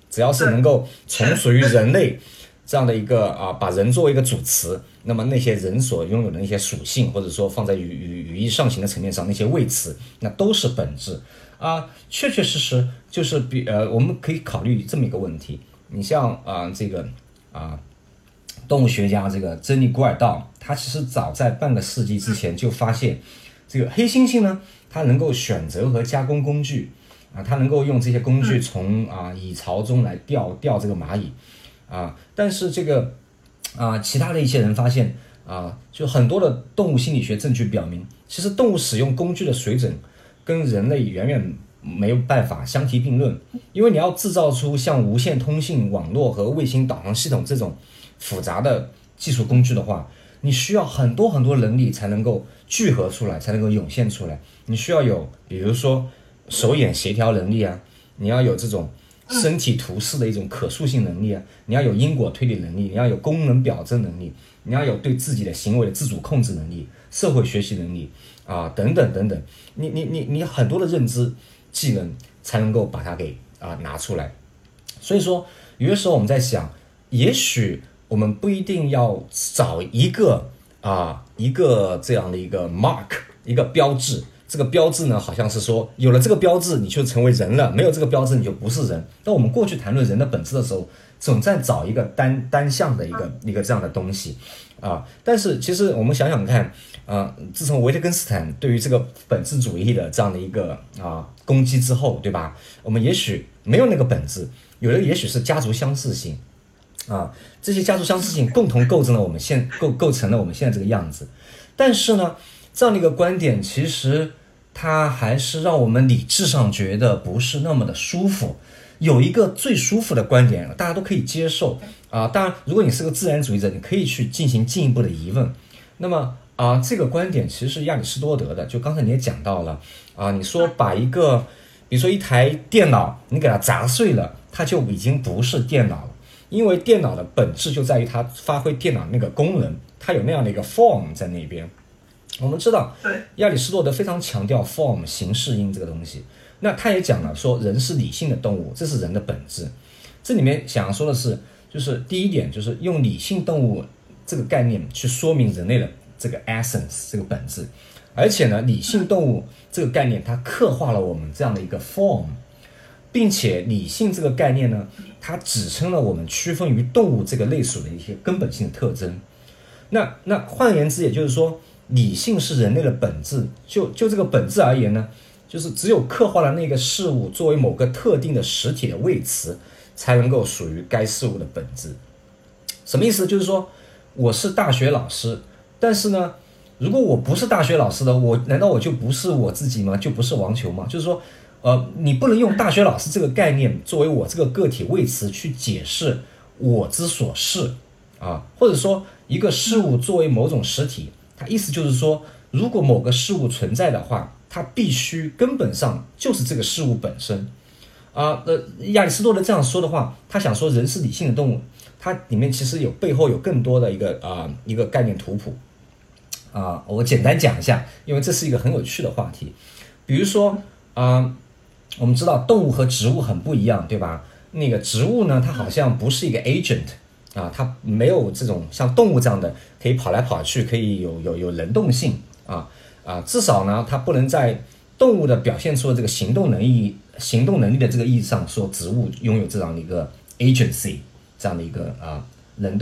只要是能够从属于人类这样的一个把人作为一个主词，那么那些人所拥有的那些属性，或者说放在语义上行的层面上那些谓词，那都是本质确确实实就是我们可以考虑这么一个问题。你像这个动物学家这个珍妮古尔道，他其实早在半个世纪之前就发现，这个黑猩猩呢，它能够选择和加工工具它能够用这些工具从蚁巢中来钓这个蚂蚁但是这个其他的一些人发现就很多的动物心理学证据表明，其实动物使用工具的水准跟人类远远没有办法相提并论，因为你要制造出像无线通信网络和卫星导航系统这种复杂的技术工具的话，你需要很多很多能力才能够聚合出来，才能够涌现出来。你需要有比如说手眼协调能力你要有这种身体图示的一种可塑性能力你要有因果推理能力，你要有功能表征能力，你要有对自己的行为的自主控制能力，社会学习能力等等等等，你很多的认知技能才能够把它给拿出来。所以说有的时候我们在想，也许我们不一定要找一个这样的一个 mark 一个标志，这个标志呢好像是说有了这个标志你就成为人了，没有这个标志你就不是人。但我们过去谈论人的本质的时候，总在找一个单向的一个这样的东西但是其实我们想想看自从维特根斯坦对于这个本质主义的这样的一个攻击之后，对吧，我们也许没有那个本质，有的也许是家族相似性这些家族相似性共同构成了我们构成了我们现在这个样子。但是呢，这样的一个观点其实它还是让我们理智上觉得不是那么的舒服。有一个最舒服的观点大家都可以接受当然如果你是个自然主义者，你可以去进行进一步的疑问。那么这个观点其实是亚里士多德的，就刚才你也讲到了你说把一个比如说一台电脑你给它砸碎了，它就已经不是电脑了，因为电脑的本质就在于它发挥电脑那个功能，它有那样的一个 form 在那边。我们知道亚里士多德非常强调 form 形式音这个东西，那他也讲了说人是理性的动物，这是人的本质。这里面想要说的是，就是第一点就是用理性动物这个概念去说明人类的这个 essence 这个本质，而且呢理性动物这个概念它刻画了我们这样的一个 form， 并且理性这个概念呢它指称了我们区分于动物这个类属的一些根本性的特征。那换言之也就是说，理性是人类的本质，就这个本质而言呢，就是只有刻画了那个事物作为某个特定的实体的谓词，才能够属于该事物的本质。什么意思？就是说我是大学老师，但是呢如果我不是大学老师的，难道我就不是我自己吗？就不是王球吗？就是说你不能用大学老师这个概念作为我这个个体谓词去解释我之所是或者说一个事物作为某种实体，它意思就是说如果某个事物存在的话，它必须根本上就是这个事物本身亚里士多德这样说的话，他想说人是理性的动物，它里面其实背后有更多的一个概念图谱我简单讲一下，因为这是一个很有趣的话题。比如说我们知道动物和植物很不一样，对吧？那个植物呢它好像不是一个 agent它没有这种像动物这样的可以跑来跑去，可以有能动性至少呢它不能在动物的表现出的这个行动能力的这个意义上说植物拥有这样的一个 agency， 这样的一个能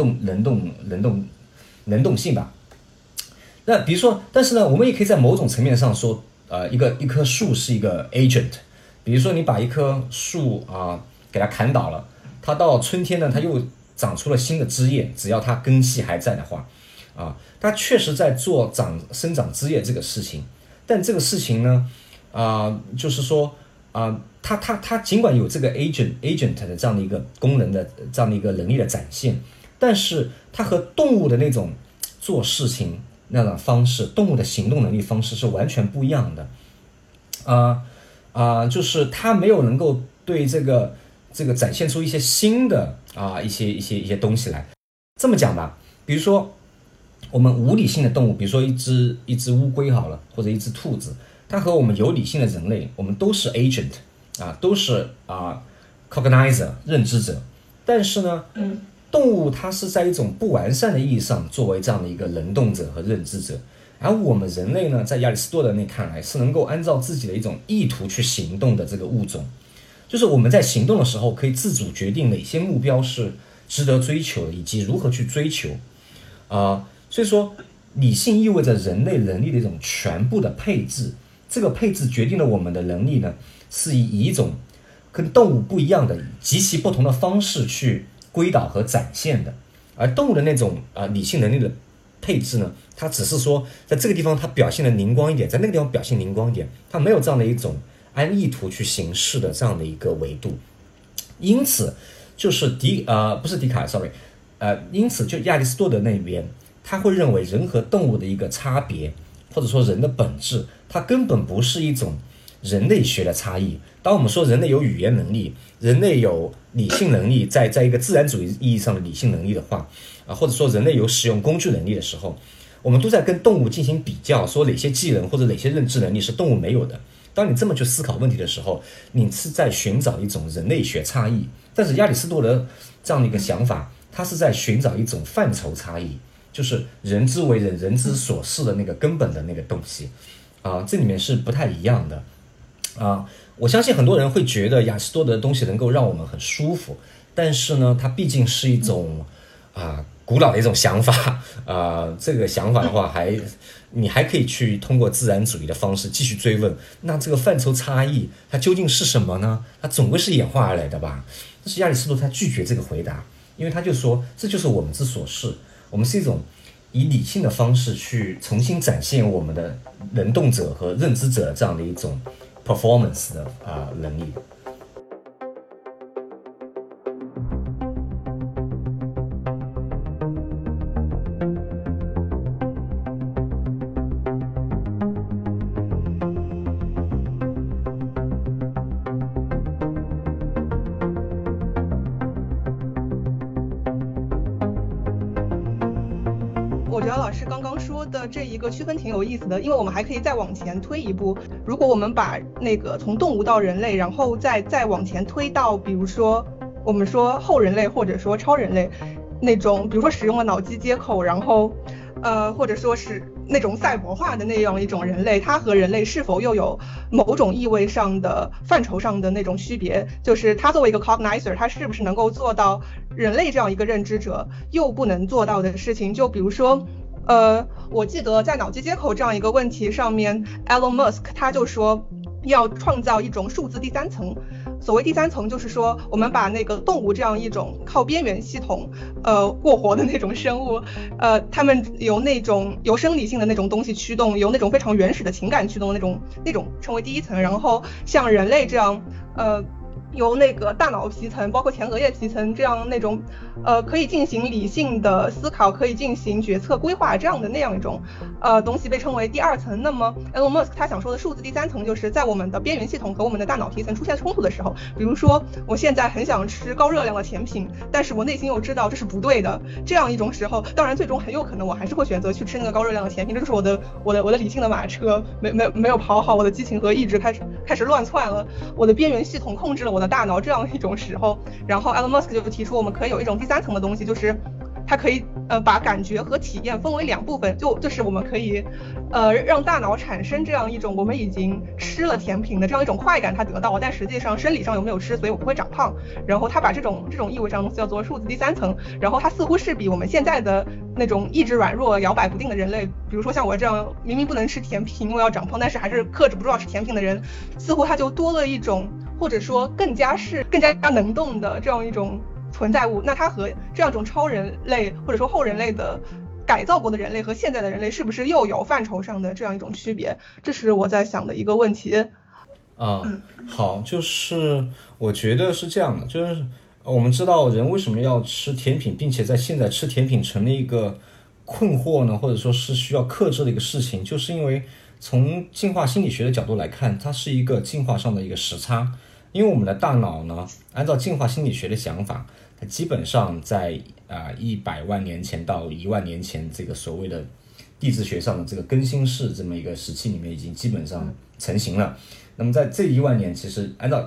动性吧。那比如说，但是呢我们也可以在某种层面上说一棵树是一个 agent。 比如说你把一棵树给它砍倒了，它到春天呢它又长出了新的枝叶，只要它根系还在的话它确实在做生长枝叶这个事情。但这个事情呢就是说它尽管有这个 agent 的这样的一个功能的这样的一个能力的展现，但是它和动物的那种做事情那种方式，动物的行动能力方式是完全不一样的就是它没有能够对这个展现出一些新的一些东西来。这么讲吧，比如说我们无理性的动物，比如说一只乌龟好了，或者一只兔子，它和我们有理性的人类，我们都是 agent都是 cognizer 认知者，但是呢，动物它是在一种不完善的意义上作为这样的一个能动者和认知者，而我们人类呢，在亚里士多德那看来是能够按照自己的一种意图去行动的这个物种，就是我们在行动的时候可以自主决定哪些目标是值得追求的，以及如何去追求所以说理性意味着人类能力的一种全部的配置，这个配置决定了我们的能力呢是以一种跟动物不一样的极其不同的方式去归导和展现的，而动物的那种理性能力的配置呢，它只是说在这个地方它表现的灵光一点，在那个地方表现灵光一点，它没有这样的一种按意图去行事的这样的一个维度。因此就是因此就亚里士多德那边他会认为人和动物的一个差别，或者说人的本质，它根本不是一种人类学的差异。当我们说人类有语言能力，人类有理性能力，在一个自然主义意义上的理性能力的话或者说人类有使用工具能力的时候，我们都在跟动物进行比较，说哪些技能或者哪些认知能力是动物没有的。当你这么去思考问题的时候，你是在寻找一种人类学差异，但是亚里士多德这样的一个想法，他是在寻找一种范畴差异，就是人之为人，人之所是的那个根本的那个东西这里面是不太一样的我相信很多人会觉得亚里士多德的东西能够让我们很舒服，但是呢，它毕竟是一种古老的一种想法这个想法的话你还可以去通过自然主义的方式继续追问，那这个范畴差异它究竟是什么呢？它总归是演化而来的吧？但是亚里士多德他拒绝这个回答，因为他就说这就是我们之所是，我们是一种以理性的方式去重新展现我们的能动者和认知者这样的一种 performance 的能力。 我觉得老师刚刚说的这一个区分挺有意思的，因为我们还可以再往前推一步。如果我们把那个从动物到人类，然后再往前推到，比如说我们说后人类或者说超人类那种，比如说使用了脑机接口，然后或者说是那种赛博化的那样一种人类，它和人类是否又有某种意味上的范畴上的那种区别？就是它作为一个 cognizer， 它是不是能够做到人类这样一个认知者又不能做到的事情？就比如说我记得在脑机接口这样一个问题上面 Elon Musk 他就说要创造一种数字第三层。所谓第三层，就是说我们把那个动物这样一种靠边缘系统过活的那种生物，他们由生理性的那种东西驱动，由那种非常原始的情感驱动的那种称为第一层。然后像人类这样由那个大脑皮层，包括前额叶皮层这样那种可以进行理性的思考，可以进行决策规划这样的那样一种东西被称为第二层。那么 Elon Musk 他想说的数字第三层，就是在我们的边缘系统和我们的大脑皮层出现冲突的时候，比如说我现在很想吃高热量的甜品，但是我内心又知道这是不对的，这样一种时候，当然最终很有可能我还是会选择去吃那个高热量的甜品，这就是我的理性的马车没有跑好，我的激情和意志开始乱窜了，我的边缘系统控制了我的大脑这样一种时候，然后 Elon Musk 就提出我们可以有一种第三层的东西，就是它可以把感觉和体验分为两部分，就是我们可以让大脑产生这样一种我们已经吃了甜品的这样一种快感，它得到了，但实际上生理上有没有吃，所以我不会长胖。然后他把这种意味上的东西叫做数字第三层，然后它似乎是比我们现在的那种意志软弱摇摆不定的人类，比如说像我这样明明不能吃甜品因为要长胖，但是还是克制不住要吃甜品的人，似乎它就多了一种，或者说更加能动的这样一种存在物。那它和这样一种超人类或者说后人类的改造过的人类和现在的人类是不是又有范畴上的这样一种区别？这是我在想的一个问题。 好，就是我觉得是这样的，就是我们知道人为什么要吃甜品，并且在现在吃甜品成了一个困惑呢，或者说是需要克制的一个事情，就是因为从进化心理学的角度来看，它是一个进化上的一个时差。因为我们的大脑呢，按照进化心理学的想法，它基本上在100万年前到1万年前这个所谓的地质学上的这个更新世这么一个时期里面已经基本上成型了。那么在这1万年，其实按照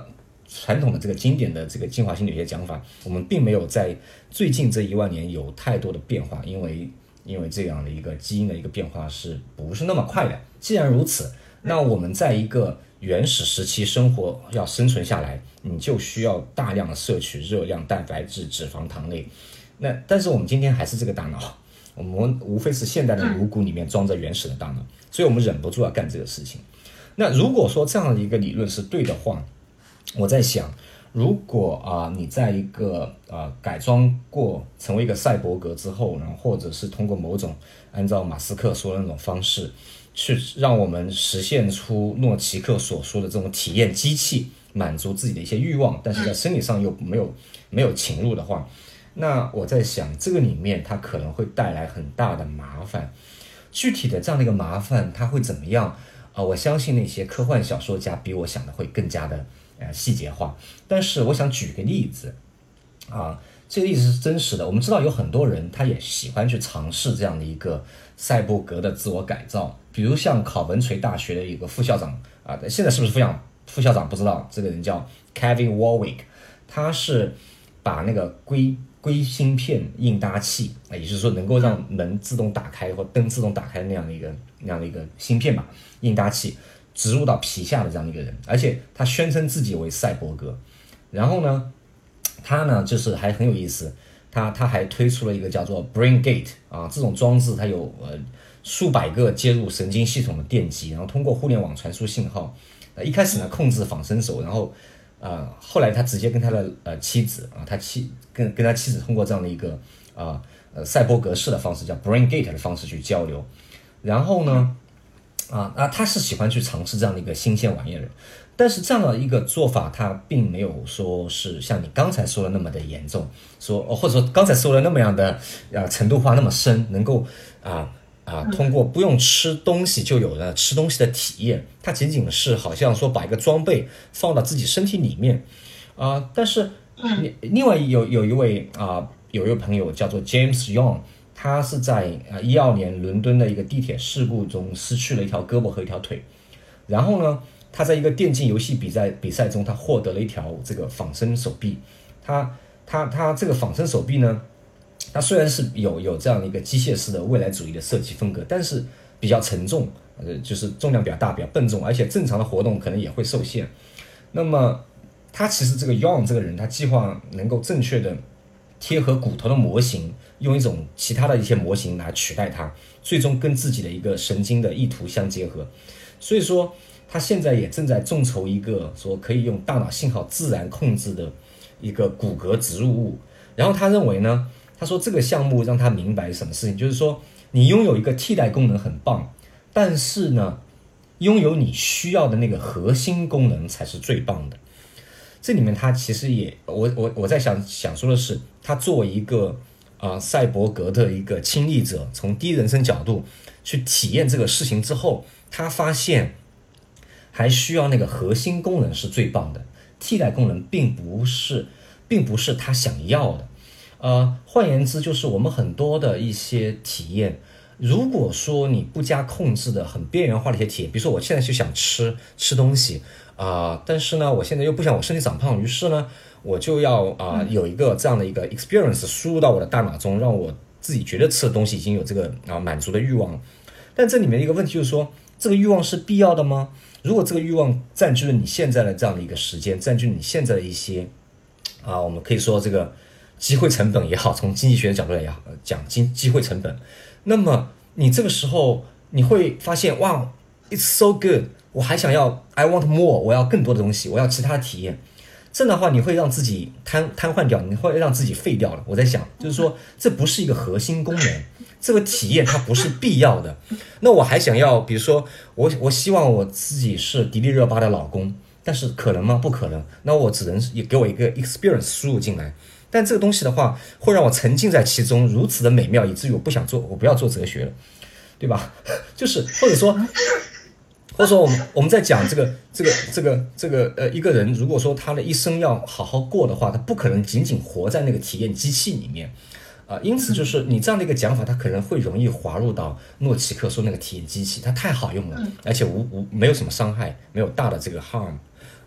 传统的这个经典的这个进化心理学讲法，我们并没有在最近这1万年有太多的变化，因为这样的一个基因的一个变化是不是那么快的。既然如此，那我们在一个原始时期生活要生存下来，你就需要大量的摄取热量、蛋白质、脂肪、糖类。但是我们今天还是这个大脑，我们无非是现代的颅骨里面装着原始的大脑，所以我们忍不住要干这个事情。那如果说这样的一个理论是对的话，我在想，如果你在一个改装过成为一个赛博格之后，然后或者是通过某种按照马斯克说的那种方式去让我们实现出诺奇克所说的这种体验机器，满足自己的一些欲望，但是在生理上又没有侵入的话，那我在想这个里面它可能会带来很大的麻烦。具体的这样的一个麻烦它会怎么样我相信那些科幻小说家比我想的会更加的细节化。但是我想举个例子这个例子是真实的。我们知道有很多人他也喜欢去尝试这样的一个赛博格的自我改造，比如像考文垂大学的一个副校长现在是不是副校长不知道，这个人叫 Kevin Warwick， 他是把那个硅芯片应答器，也就是说能够让门自动打开或灯自动打开那样的一个芯片吧，应答器植入到皮下的这样的一个人，而且他宣称自己为赛博格。然后呢，他呢就是还很有意思，他还推出了一个叫做 Brain Gate 这种装置，它有数百个接入神经系统的电极，然后通过互联网传输信号。一开始呢控制仿生手，然后后来他直接跟他的妻子跟他妻子通过这样的一个赛博格式的方式，叫 Brain Gate 的方式去交流。然后呢他是喜欢去尝试这样的一个新鲜玩意儿，但是这样的一个做法他并没有说是像你刚才说的那么的严重，或者说刚才说的那么样的程度化那么深，能够通过不用吃东西就有了吃东西的体验，它仅仅是好像说把一个装备放到自己身体里面但是另外有一位朋友叫做 James Young， 他是在12年伦敦的一个地铁事故中失去了一条胳膊和一条腿，然后呢他在一个电竞游戏比赛中他获得了一条这个仿生手臂。他这个仿生手臂呢，它虽然是有这样的一个机械式的未来主义的设计风格，但是比较沉重，就是重量比较大，比较笨重，而且正常的活动可能也会受限。那么他其实这个 Young 这个人，他计划能够正确的贴合骨头的模型，用一种其他的一些模型来取代它，最终跟自己的一个神经的意图相结合。所以说他现在也正在众筹一个说可以用大脑信号自然控制的一个骨骼植入物。然后他认为呢，他说这个项目让他明白什么事情，就是说你拥有一个替代功能很棒，但是呢拥有你需要的那个核心功能才是最棒的。这里面他其实也我在想说的是，他作为一个赛博格的一个亲历者，从第一人称角度去体验这个事情之后，他发现还需要那个核心功能是最棒的，替代功能并不是他想要的。换言之，就是我们很多的一些体验，如果说你不加控制的很边缘化的一些体验，比如说我现在就想吃东西但是呢我现在又不想我身体长胖，于是呢我就要有一个这样的一个 experience 输入到我的大脑中，让我自己觉得吃的东西已经有这个满足的欲望。但这里面一个问题就是说，这个欲望是必要的吗？如果这个欲望占据了你现在的这样的一个时间，占据你现在的一些我们可以说这个机会成本也好，从经济学的角度来讲机会成本，那么你这个时候你会发现，哇 it's so good， 我还想要 I want more， 我要更多的东西，我要其他的体验。这样的话你会让自己瘫痪掉，你会让自己废掉了。我在想就是说，这不是一个核心功能，这个体验它不是必要的。那我还想要，比如说我希望我自己是迪丽热巴的老公，但是可能吗？不可能。那我只能也给我一个 experience 输入进来，但这个东西的话会让我沉浸在其中，如此的美妙，以至于我不要做哲学了，对吧？就是或者说我们在讲这个一个人，如果说他的一生要好好过的话，他不可能仅仅活在那个体验机器里面因此就是你这样的一个讲法，它可能会容易滑入到诺奇克说那个体验机器，它太好用了，而且没有什么伤害，没有大的这个 harm。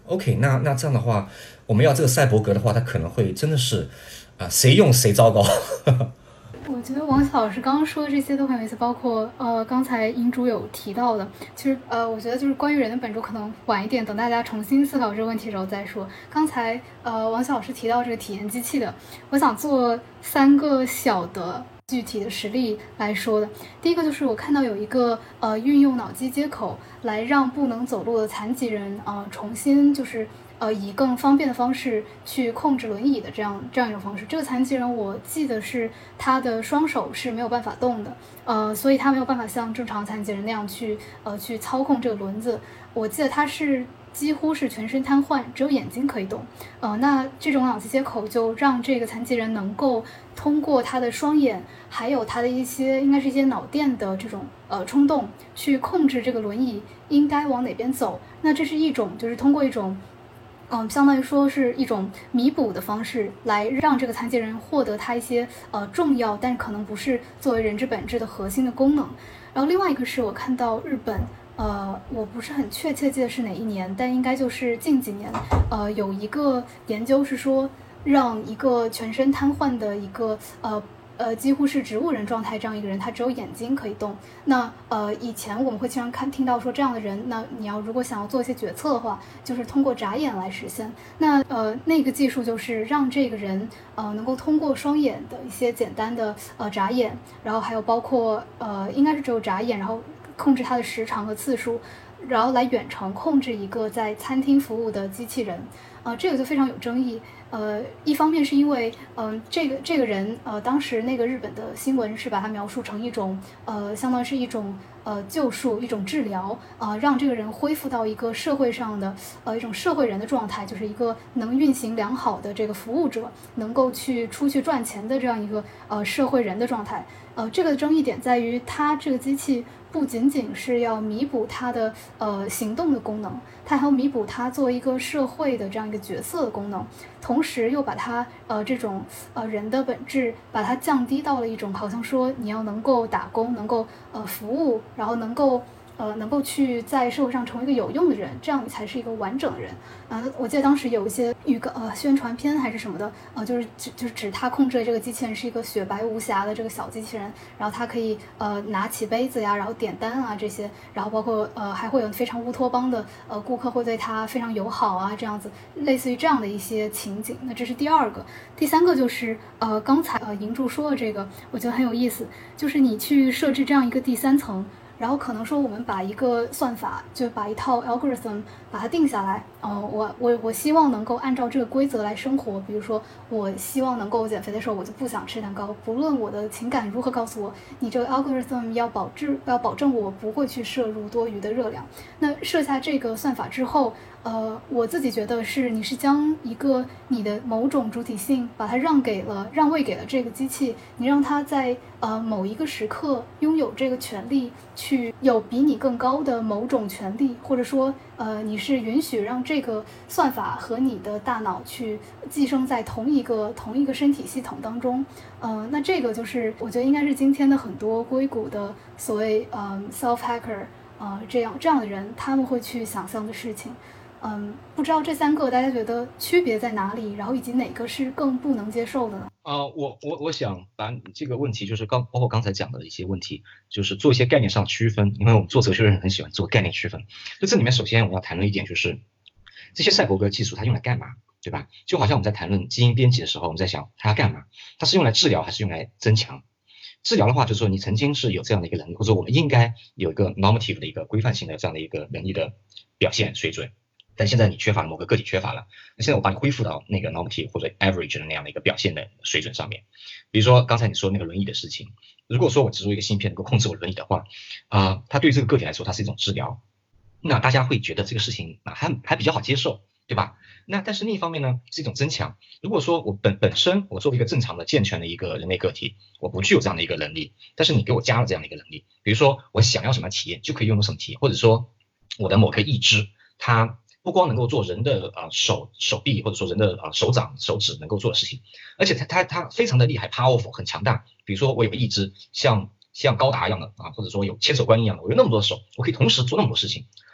OK，那这样的话，我们要这个赛博格的话，它可能会真的是谁用谁糟糕。 我觉得王晓老师刚刚说的这些都很有意思，包括刚才银主有提到的，其实我觉得就是关于人的本质，可能晚一点等大家重新思考这个问题的时候再说。刚才王晓老师提到这个体验机器的，我想做3个小的具体的实例来说的。第一个就是我看到有一个运用脑机接口来让不能走路的残疾人重新就是以更方便的方式去控制轮椅的这样一种方式。这个残疾人我记得是他的双手是没有办法动的，所以他没有办法像正常残疾人那样去操控这个轮子。我记得他是几乎是全身瘫痪，只有眼睛可以动。那这种脑机接口就让这个残疾人能够通过他的双眼，还有他的一些应该是一些脑电的这种冲动，去控制这个轮椅应该往哪边走。那这是一种就是通过一种相当于说是一种弥补的方式，来让这个残疾人获得他一些重要但可能不是作为人之本质的核心的功能。然后另外一个是我看到日本我不是很确切记得是哪一年，但应该就是近几年有一个研究是说让一个全身瘫痪的一个几乎是植物人状态这样一个人，他只有眼睛可以动。那以前我们会经常听到说这样的人，那你要如果想要做一些决策的话，就是通过眨眼来实现。那那个技术就是让这个人能够通过双眼的一些简单的眨眼，然后还有包括应该是只有眨眼，然后控制它的时长和次数，然后来远程控制一个在餐厅服务的机器人。这个就非常有争议。一方面是因为这个人当时那个日本的新闻是把它描述成一种相当于是一种救赎，一种治疗，让这个人恢复到一个社会上的一种社会人的状态，就是一个能运行良好的这个服务者，能够出去赚钱的这样一个社会人的状态。这个争议点在于它这个机器不仅仅是要弥补它的行动的功能，它还要弥补它作为一个社会的这样一个角色的功能，同时又把它这种人的本质把它降低到了一种好像说你要能够打工，能够服务，然后能够去在社会上成为一个有用的人，这样你才是一个完整的人。我记得当时有一些宣传片还是什么的，就是指他控制的这个机器人是一个雪白无瑕的这个小机器人，然后他可以拿起杯子呀，然后点单啊这些，然后包括还会有非常乌托邦的顾客会对他非常友好啊，这样子类似于这样的一些情景。那这是第二个。第三个就是刚才银柱说的这个，我觉得很有意思，就是你去设置这样一个第三层。然后可能说我们把一个算法，就把一套 algorithm 把它定下来，我希望能够按照这个规则来生活。比如说，我希望能够减肥的时候，我就不想吃蛋糕，不论我的情感如何告诉我，你这个 algorithm 要保证我不会去摄入多余的热量。那设下这个算法之后，我自己觉得你是将一个你的某种主体性把它让位给了这个机器，你让它在某一个时刻拥有这个权利，去有比你更高的某种权利，或者说你是允许让这个算法和你的大脑去寄生在同一个身体系统当中。那这个就是我觉得应该是今天的很多硅谷的所谓self hacker 这样的人他们会去想象的事情。不知道这三个大家觉得区别在哪里，然后以及哪个是更不能接受的呢？ 我想把这个问题就是包括刚才讲的一些问题，就是做一些概念上区分，因为我们做哲学的人很喜欢做概念区分。就这里面首先我们要谈论一点，就是这些赛博格技术它用来干嘛，对吧？就好像我们在谈论基因编辑的时候，我们在想它要干嘛，它是用来治疗还是用来增强？治疗的话就是说你曾经是有这样的一个能力，或者我们应该有一个 normative 的一个规范性的这样的一个能力的表现水准，但现在你缺乏了，某个个体缺乏了，那现在我把你恢复到那个 normative 或者 average 的那样的一个表现的水准上面。比如说刚才你说那个轮椅的事情，如果说我植入一个芯片能够控制我轮椅的话，它对这个个体来说它是一种治疗，那大家会觉得这个事情还比较好接受，对吧？那但是另一方面呢，是一种增强。如果说我本身我作为一个正常的健全的一个人类个体，我不具有这样的一个能力，但是你给我加了这样的一个能力，比如说我想要什么体验就可以用到什么体验，或者说我的某个意志它不光能够做人的手臂，或者说人的手掌手指能够做的事情，而且它非常的厉害 powerful 很强大。比如说我有个意志像高达一样的或者说有千手观音一样的，我有那么多的手，我可以同时做那么多事情。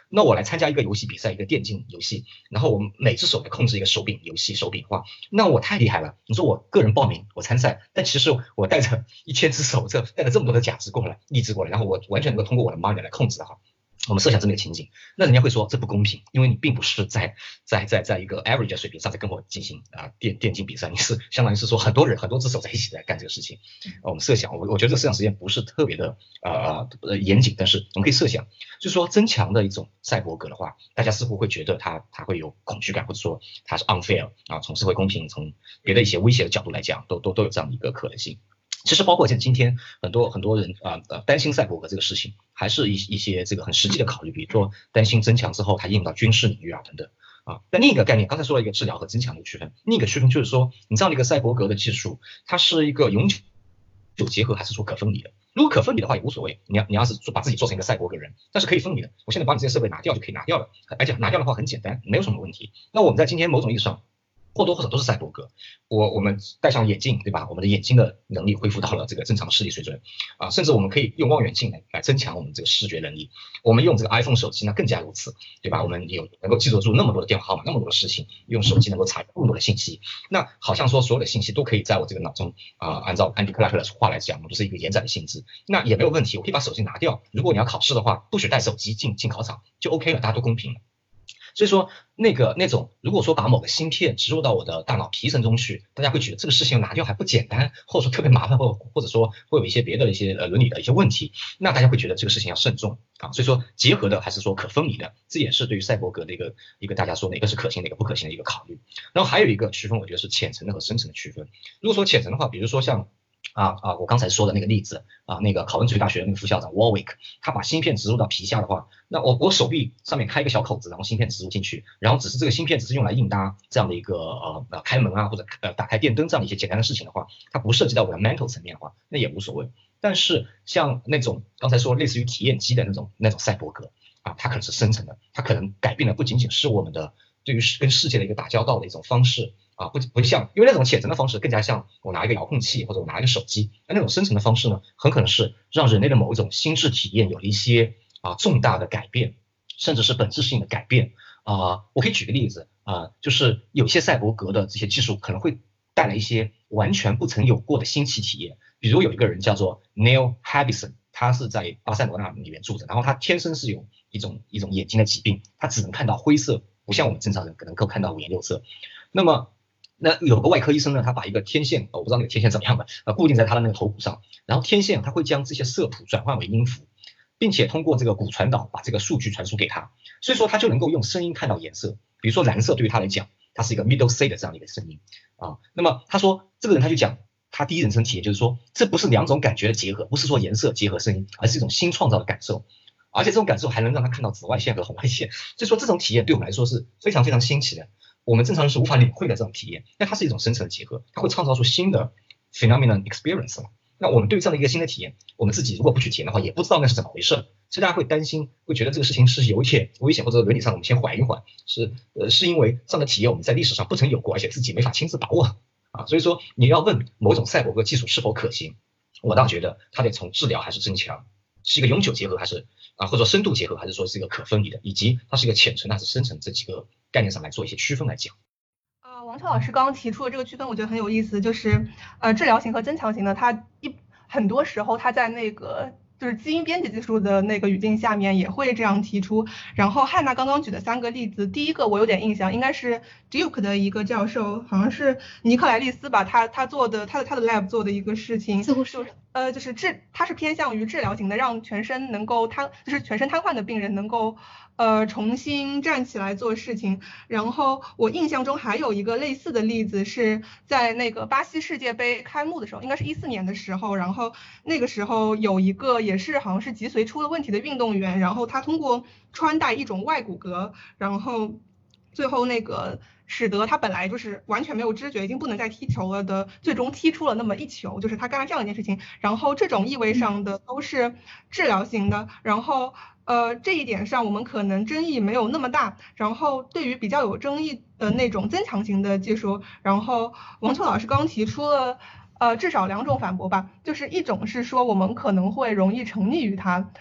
那我来参加一个游戏比赛，一个电竞游戏，然后我们每只手来控制一个手柄游戏手柄化，那我太厉害了。你说我个人报名我参赛，但其实我带着1000只手，带着这么多的假肢过来励志过来，然后我完全能够通过我的 mind 来控制它。我们设想这么一个情景，那人家会说这不公平，因为你并不是在一个 average 的水平上在跟我进行电竞比赛，你是相当于是说很多只手在一起在干这个事情。我们设想，我觉得这个设想实验不是特别的严谨，但是我们可以设想，就是说增强的一种赛博格的话，大家似乎会觉得它会有恐惧感，或者说它是 unfair 从社会公平，从别的一些威胁的角度来讲，都有这样的一个可能性。其实包括今天很多人担心赛博格这个事情，还是一些这个很实际的考虑，比如说担心增强之后它应用到军事领域等等但另一个概念，刚才说了一个治疗和增强的区分，另一个区分就是说，你这样的一个赛博格的技术，它是一个永久结合还是说可分离的？如果可分离的话也无所谓，你要是把自己做成一个赛博格人，但是可以分离的，我现在把你这些设备拿掉就可以拿掉了，而且拿掉的话很简单，没有什么问题。那我们在今天某种意义上或多或少都是赛博格，我们戴上眼镜，对吧？我们的眼睛的能力恢复到了这个正常的视力水准甚至我们可以用望远镜来增强我们这个视觉能力。我们用这个 iPhone 手机呢更加如此，对吧？我们能够记住那么多的电话号码，那么多的事情，用手机能够查那么多的信息。那好像说所有的信息都可以在我这个脑中按照安迪克拉克的话来讲，都是一个延展的性质，那也没有问题，我可以把手机拿掉。如果你要考试的话，不许带手机进考场就 OK 了，大家都公平了。所以说那种如果说把某个芯片植入到我的大脑皮层中去，大家会觉得这个事情拿掉还不简单，或者说特别麻烦，或者说会有一些别的一些伦理的一些问题，那大家会觉得这个事情要慎重所以说结合的还是说可分离的，这也是对于赛博格的一个大家说哪个是可行哪个不可行的一个考虑。然后还有一个区分，我觉得是浅层的和深层的区分。如果说浅层的话，比如说像我刚才说的那个例子那个考文垂大学的那个副校长 Warwick， 他把芯片植入到皮下的话，那我手臂上面开一个小口子，然后芯片植入进去，然后只是这个芯片只是用来应搭这样的一个开门或者打开电灯这样的一些简单的事情的话，它不涉及到我的 mental 层面的话，那也无所谓。但是像那种刚才说类似于体验机的那种赛博格它可能是深层的，它可能改变的不仅仅是我们的对于跟世界的一个打交道的一种方式不像，因为那种浅层的方式更加像我拿一个遥控器或者我拿一个手机，那种深层的方式呢，很可能是让人类的某一种心智体验有了一些重大的改变，甚至是本质性的改变我可以举个例子就是有些赛博格的这些技术可能会带来一些完全不曾有过的新奇体验。比如有一个人叫做 Neil Harbisson， 他是在巴塞罗那里面住着，然后他天生是有一种眼睛的疾病，他只能看到灰色，不像我们正常人可能够看到五颜六色。那有个外科医生呢，他把一个天线我不知道那个天线怎么样的固定在他的那个头骨上，然后天线他会将这些色谱转换为音符，并且通过这个骨传导把这个数据传输给他，所以说他就能够用声音看到颜色。比如说蓝色对于他来讲，它是一个 middle C 的这样的一个声音那么他说这个人他就讲他第一人称体验就是说，这不是两种感觉的结合，不是说颜色结合声音，而是一种新创造的感受，而且这种感受还能让他看到紫外线和红外线，所以说这种体验对我们来说是非常非常新奇的，我们正常人是无法领会的这种体验，但它是一种深层的结合，它会创造出新的 phenomenon experience 那我们对于这样的一个新的体验，我们自己如果不去体验的话，也不知道那是怎么回事，所以大家会担心，会觉得这个事情是有一些危险，或者伦理上我们先缓一缓，是因为这样的体验我们在历史上不曾有过，而且自己没法亲自把握所以说你要问某种赛博格技术是否可行，我倒觉得它得从治疗还是增强，是一个永久结合还是或者说深度结合，还是说是一个可分离的，以及它是一个浅层还是深层这几个概念上来做一些区分来讲。 王超老师刚刚提出的这个区分我觉得很有意思，就是治疗型和增强型的，它很多时候它在那个就是基因编辑技术的那个语境下面也会这样提出。然后汉娜刚刚举的3个例子，第一个我有点印象，应该是 Duke 的一个教授，好像是尼克莱利斯吧，他做的他的 lab 做的一个事情， 似乎是就是它是偏向于治疗型的，让全身能够就是全身瘫痪的病人能够重新站起来做事情。然后我印象中还有一个类似的例子是在那个巴西世界杯开幕的时候，应该是14年的时候，然后那个时候有一个也是好像是脊髓出了问题的运动员，然后他通过穿戴一种外骨骼，然后最后那个使得他本来就是完全没有知觉，已经不能再踢球了的，最终踢出了那么一球，就是他干了这样一件事情。然后这种意味上的都是治疗型的，然后这一点上我们可能争议没有那么大。然后对于比较有争议的那种增强型的技术，然后王秋老师刚提出了至少2种反驳吧，就是一种是说我们可能会容易沉溺于它。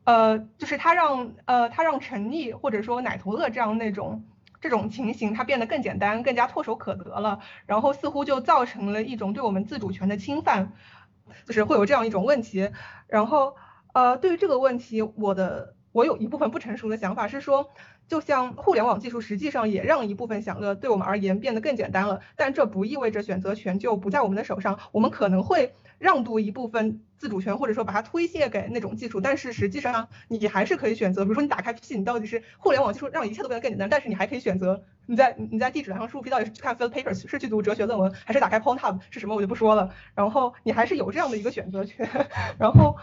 就是它让沉溺或者说奶头乐这种情形，它变得更简单，更加唾手可得了，然后似乎就造成了一种对我们自主权的侵犯，就是会有这样一种问题。然后对于这个问题，我有一部分不成熟的想法是说，就像互联网技术实际上也让一部分享乐对我们而言变得更简单了，但这不意味着选择权就不在我们的手上，我们可能会让渡一部分自主权，或者说把它推卸给那种技术，但是实际上你还是可以选择，比如说你打开 P， 你到底是互联网技术让一切都变得更简单，但是你还可以选择你在地址栏上输入 P 到底是去看 Phil Papers， 是去读哲学论文，还是打开 Pornhub 是什么我就不说了，然后你还是有这样的一个选择权。然后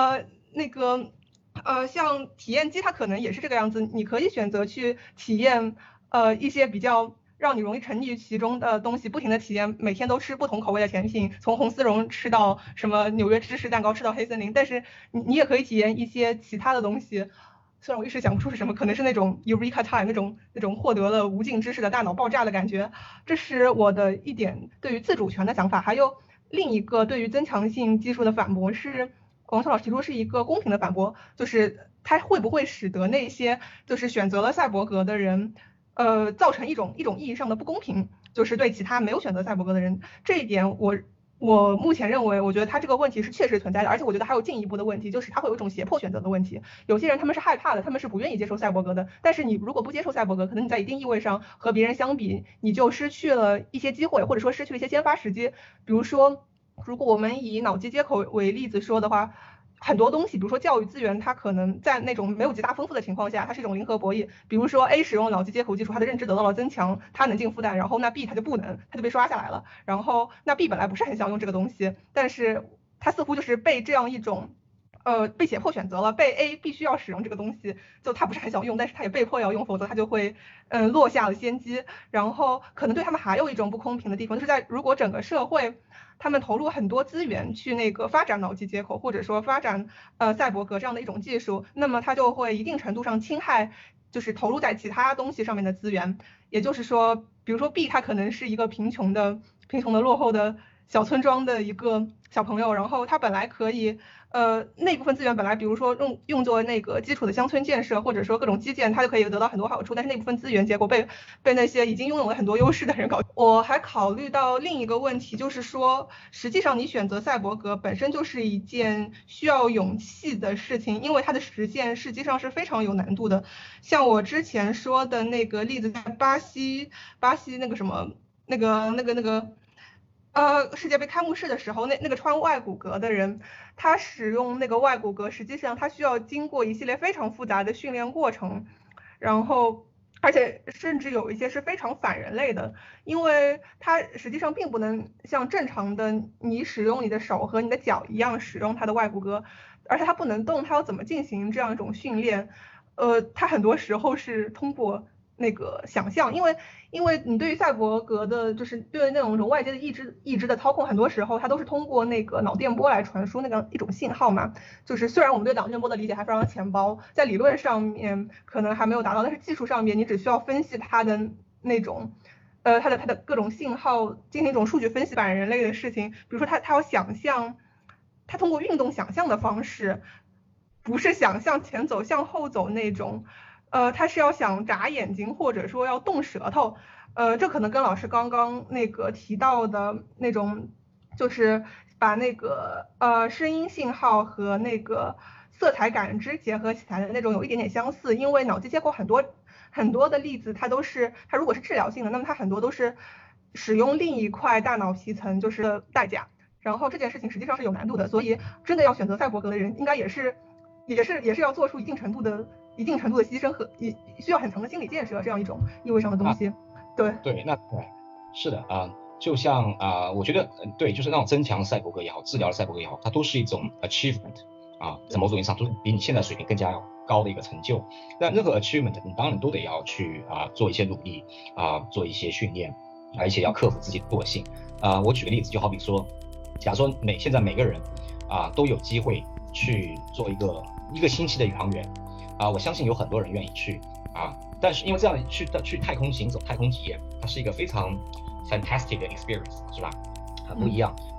像体验机它可能也是这个样子，你可以选择去体验一些比较让你容易沉溺于其中的东西，不停的体验，每天都吃不同口味的甜品，从红丝绒吃到什么纽约芝士蛋糕，吃到黑森林，但是你也可以体验一些其他的东西，虽然我一时想不出是什么，可能是那种 Eureka Time 那种获得了无尽知识的大脑爆炸的感觉。这是我的一点对于自主权的想法。还有另一个对于增强性技术的反驳是，王秋老师提出是一个公平的反驳，就是它会不会使得那些就是选择了赛博格的人造成一种意义上的不公平，就是对其他没有选择赛博格的人。这一点我目前认为，我觉得他这个问题是确实存在的，而且我觉得还有进一步的问题，就是他会有一种胁迫选择的问题。有些人他们是害怕的，他们是不愿意接受赛博格的，但是你如果不接受赛博格，可能你在一定意味上和别人相比，你就失去了一些机会，或者说失去了一些先发时机。比如说，如果我们以脑机接口为例子说的话，很多东西，比如说教育资源，它可能在那种没有极大丰富的情况下，它是一种零和博弈。比如说 A 使用脑机接口技术，它的认知得到了增强，它能进复旦，然后那 B 它就不能，它就被刷下来了。然后那 B 本来不是很想用这个东西，但是它似乎就是被这样一种被胁迫选择了，被 A 必须要使用这个东西，就他不是很想用，但是他也被迫要用，否则他就会落下了先机。然后可能对他们还有一种不公平的地方，就是如果整个社会他们投入很多资源去发展脑机接口，或者说发展赛博格这样的一种技术，那么它就会一定程度上侵害就是投入在其他东西上面的资源。也就是说，比如说 B 他可能是一个贫穷的落后的小村庄的一个小朋友，然后他本来可以那部分资源本来比如说用作那个基础的乡村建设，或者说各种基建，它就可以得到很多好处，但是那部分资源结果被那些已经拥有了很多优势的人搞。我还考虑到另一个问题，就是说实际上你选择赛博格本身就是一件需要勇气的事情，因为它的实现实际上是非常有难度的。像我之前说的那个例子，在巴西那个什么世界杯开幕式的时候，那个穿外骨骼的人，他使用那个外骨骼，实际上他需要经过一系列非常复杂的训练过程，然后而且甚至有一些是非常反人类的，因为它实际上并不能像正常的你使用你的手和你的脚一样使用它的外骨骼，而且它不能动，它要怎么进行这样一种训练？它很多时候是通过那个想象，因为你对于赛博格的，就是对那种外界的意志的操控，很多时候它都是通过那个脑电波来传输那个一种信号嘛。就是虽然我们对脑电波的理解还非常浅薄，在理论上面可能还没有达到，但是技术上面你只需要分析它的那种它的各种信号，进行一种数据分析反人类的事情。比如说它要想象，它通过运动想象的方式，不是想向前走向后走那种。他是要想眨眼睛，或者说要动舌头，这可能跟老师刚刚那个提到的那种，就是把那个声音信号和那个色彩感知结合起来的那种有一点点相似。因为脑机接口很多的例子，它如果是治疗性的，那么它很多都是使用另一块大脑皮层就是代价，然后这件事情实际上是有难度的，所以真的要选择赛博格的人，应该也是要做出一定程度的牺牲和也需要很强的心理建设这样一种意味上的东西。对， 那对，是的就像我觉得对，就是那种增强赛博格也好，治疗的赛博格也好，它都是一种 achievement 在某种意义上都是比你现在水平更加高的一个成就。但任何 achievement 你当然都得要去做一些努力做一些训练，而且要克服自己的惰性。我举个例子，就好比说，假如说现在每个人都有机会去做一个星期的宇航员我相信有很多人愿意去但是因为这样去太空行走、太空体验，它是一个非常 fantastic 的 experience， 是吧？很不一样。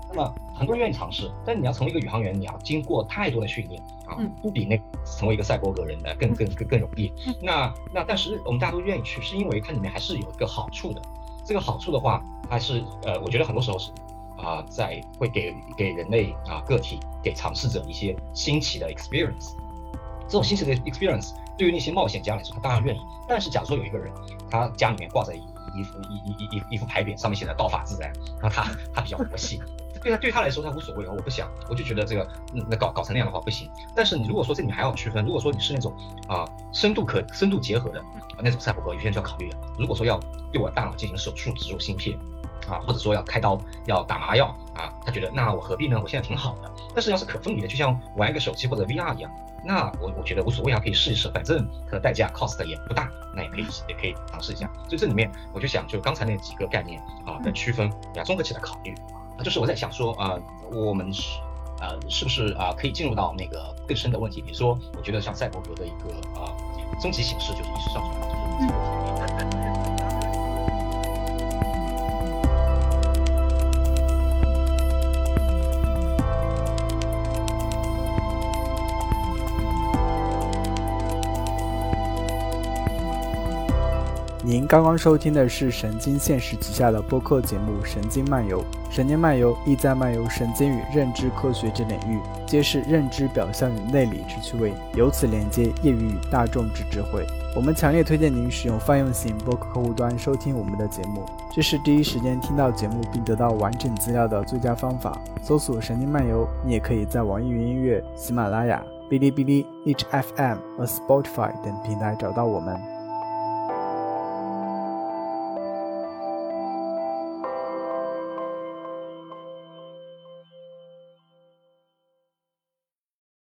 那么很多人愿意尝试，但你要成为一个宇航员，你要经过太多的训练啊，不比那成为一个赛博格人的更容易。但是我们大家都愿意去，是因为它里面还是有一个好处的。这个好处的话，它是我觉得很多时候是会给人类个体给尝试者一些新奇的 experience。这种新奇的 experience 对于那些冒险家来说，他当然愿意。但是假如说有一个人，他家里面挂着一副牌匾，上面写的道法自然，然后他比较佛系，对他来说他无所谓，我不想，我就觉得这个那搞成那样的话不行。但是你如果说这里面还要区分，如果说你是那种深度结合的那种赛博格，有些人就要考虑了。如果说要对我大脑进行手术植入芯片或者说要开刀要打麻药他觉得那我何必呢？我现在挺好的。但是要是可分离的，就像玩一个手机或者 VR 一样，那我觉得无所谓可以试一试，反正它的代价 cost 也不大，那也可以尝试一下。所以这里面我就想，就刚才那几个概念的区分，综合起来考虑。就是我在想说我们是不是可以进入到那个更深的问题？比如说，我觉得像赛博格的一个终极形式就是意识上传，就是您刚刚收听的是神经现实旗下的播客节目《神经漫游》。神经漫游意在漫游神经与认知科学之领域，揭示认知表象与内里之趣味，由此连接业余与大众之智慧。我们强烈推荐您使用泛用型播客客户端收听我们的节目，这是第一时间听到节目并得到完整资料的最佳方法。搜索神经漫游，你也可以在网易云音乐、喜马拉雅、哔哩哔哩、Each FM 和 Spotify 等平台找到我们。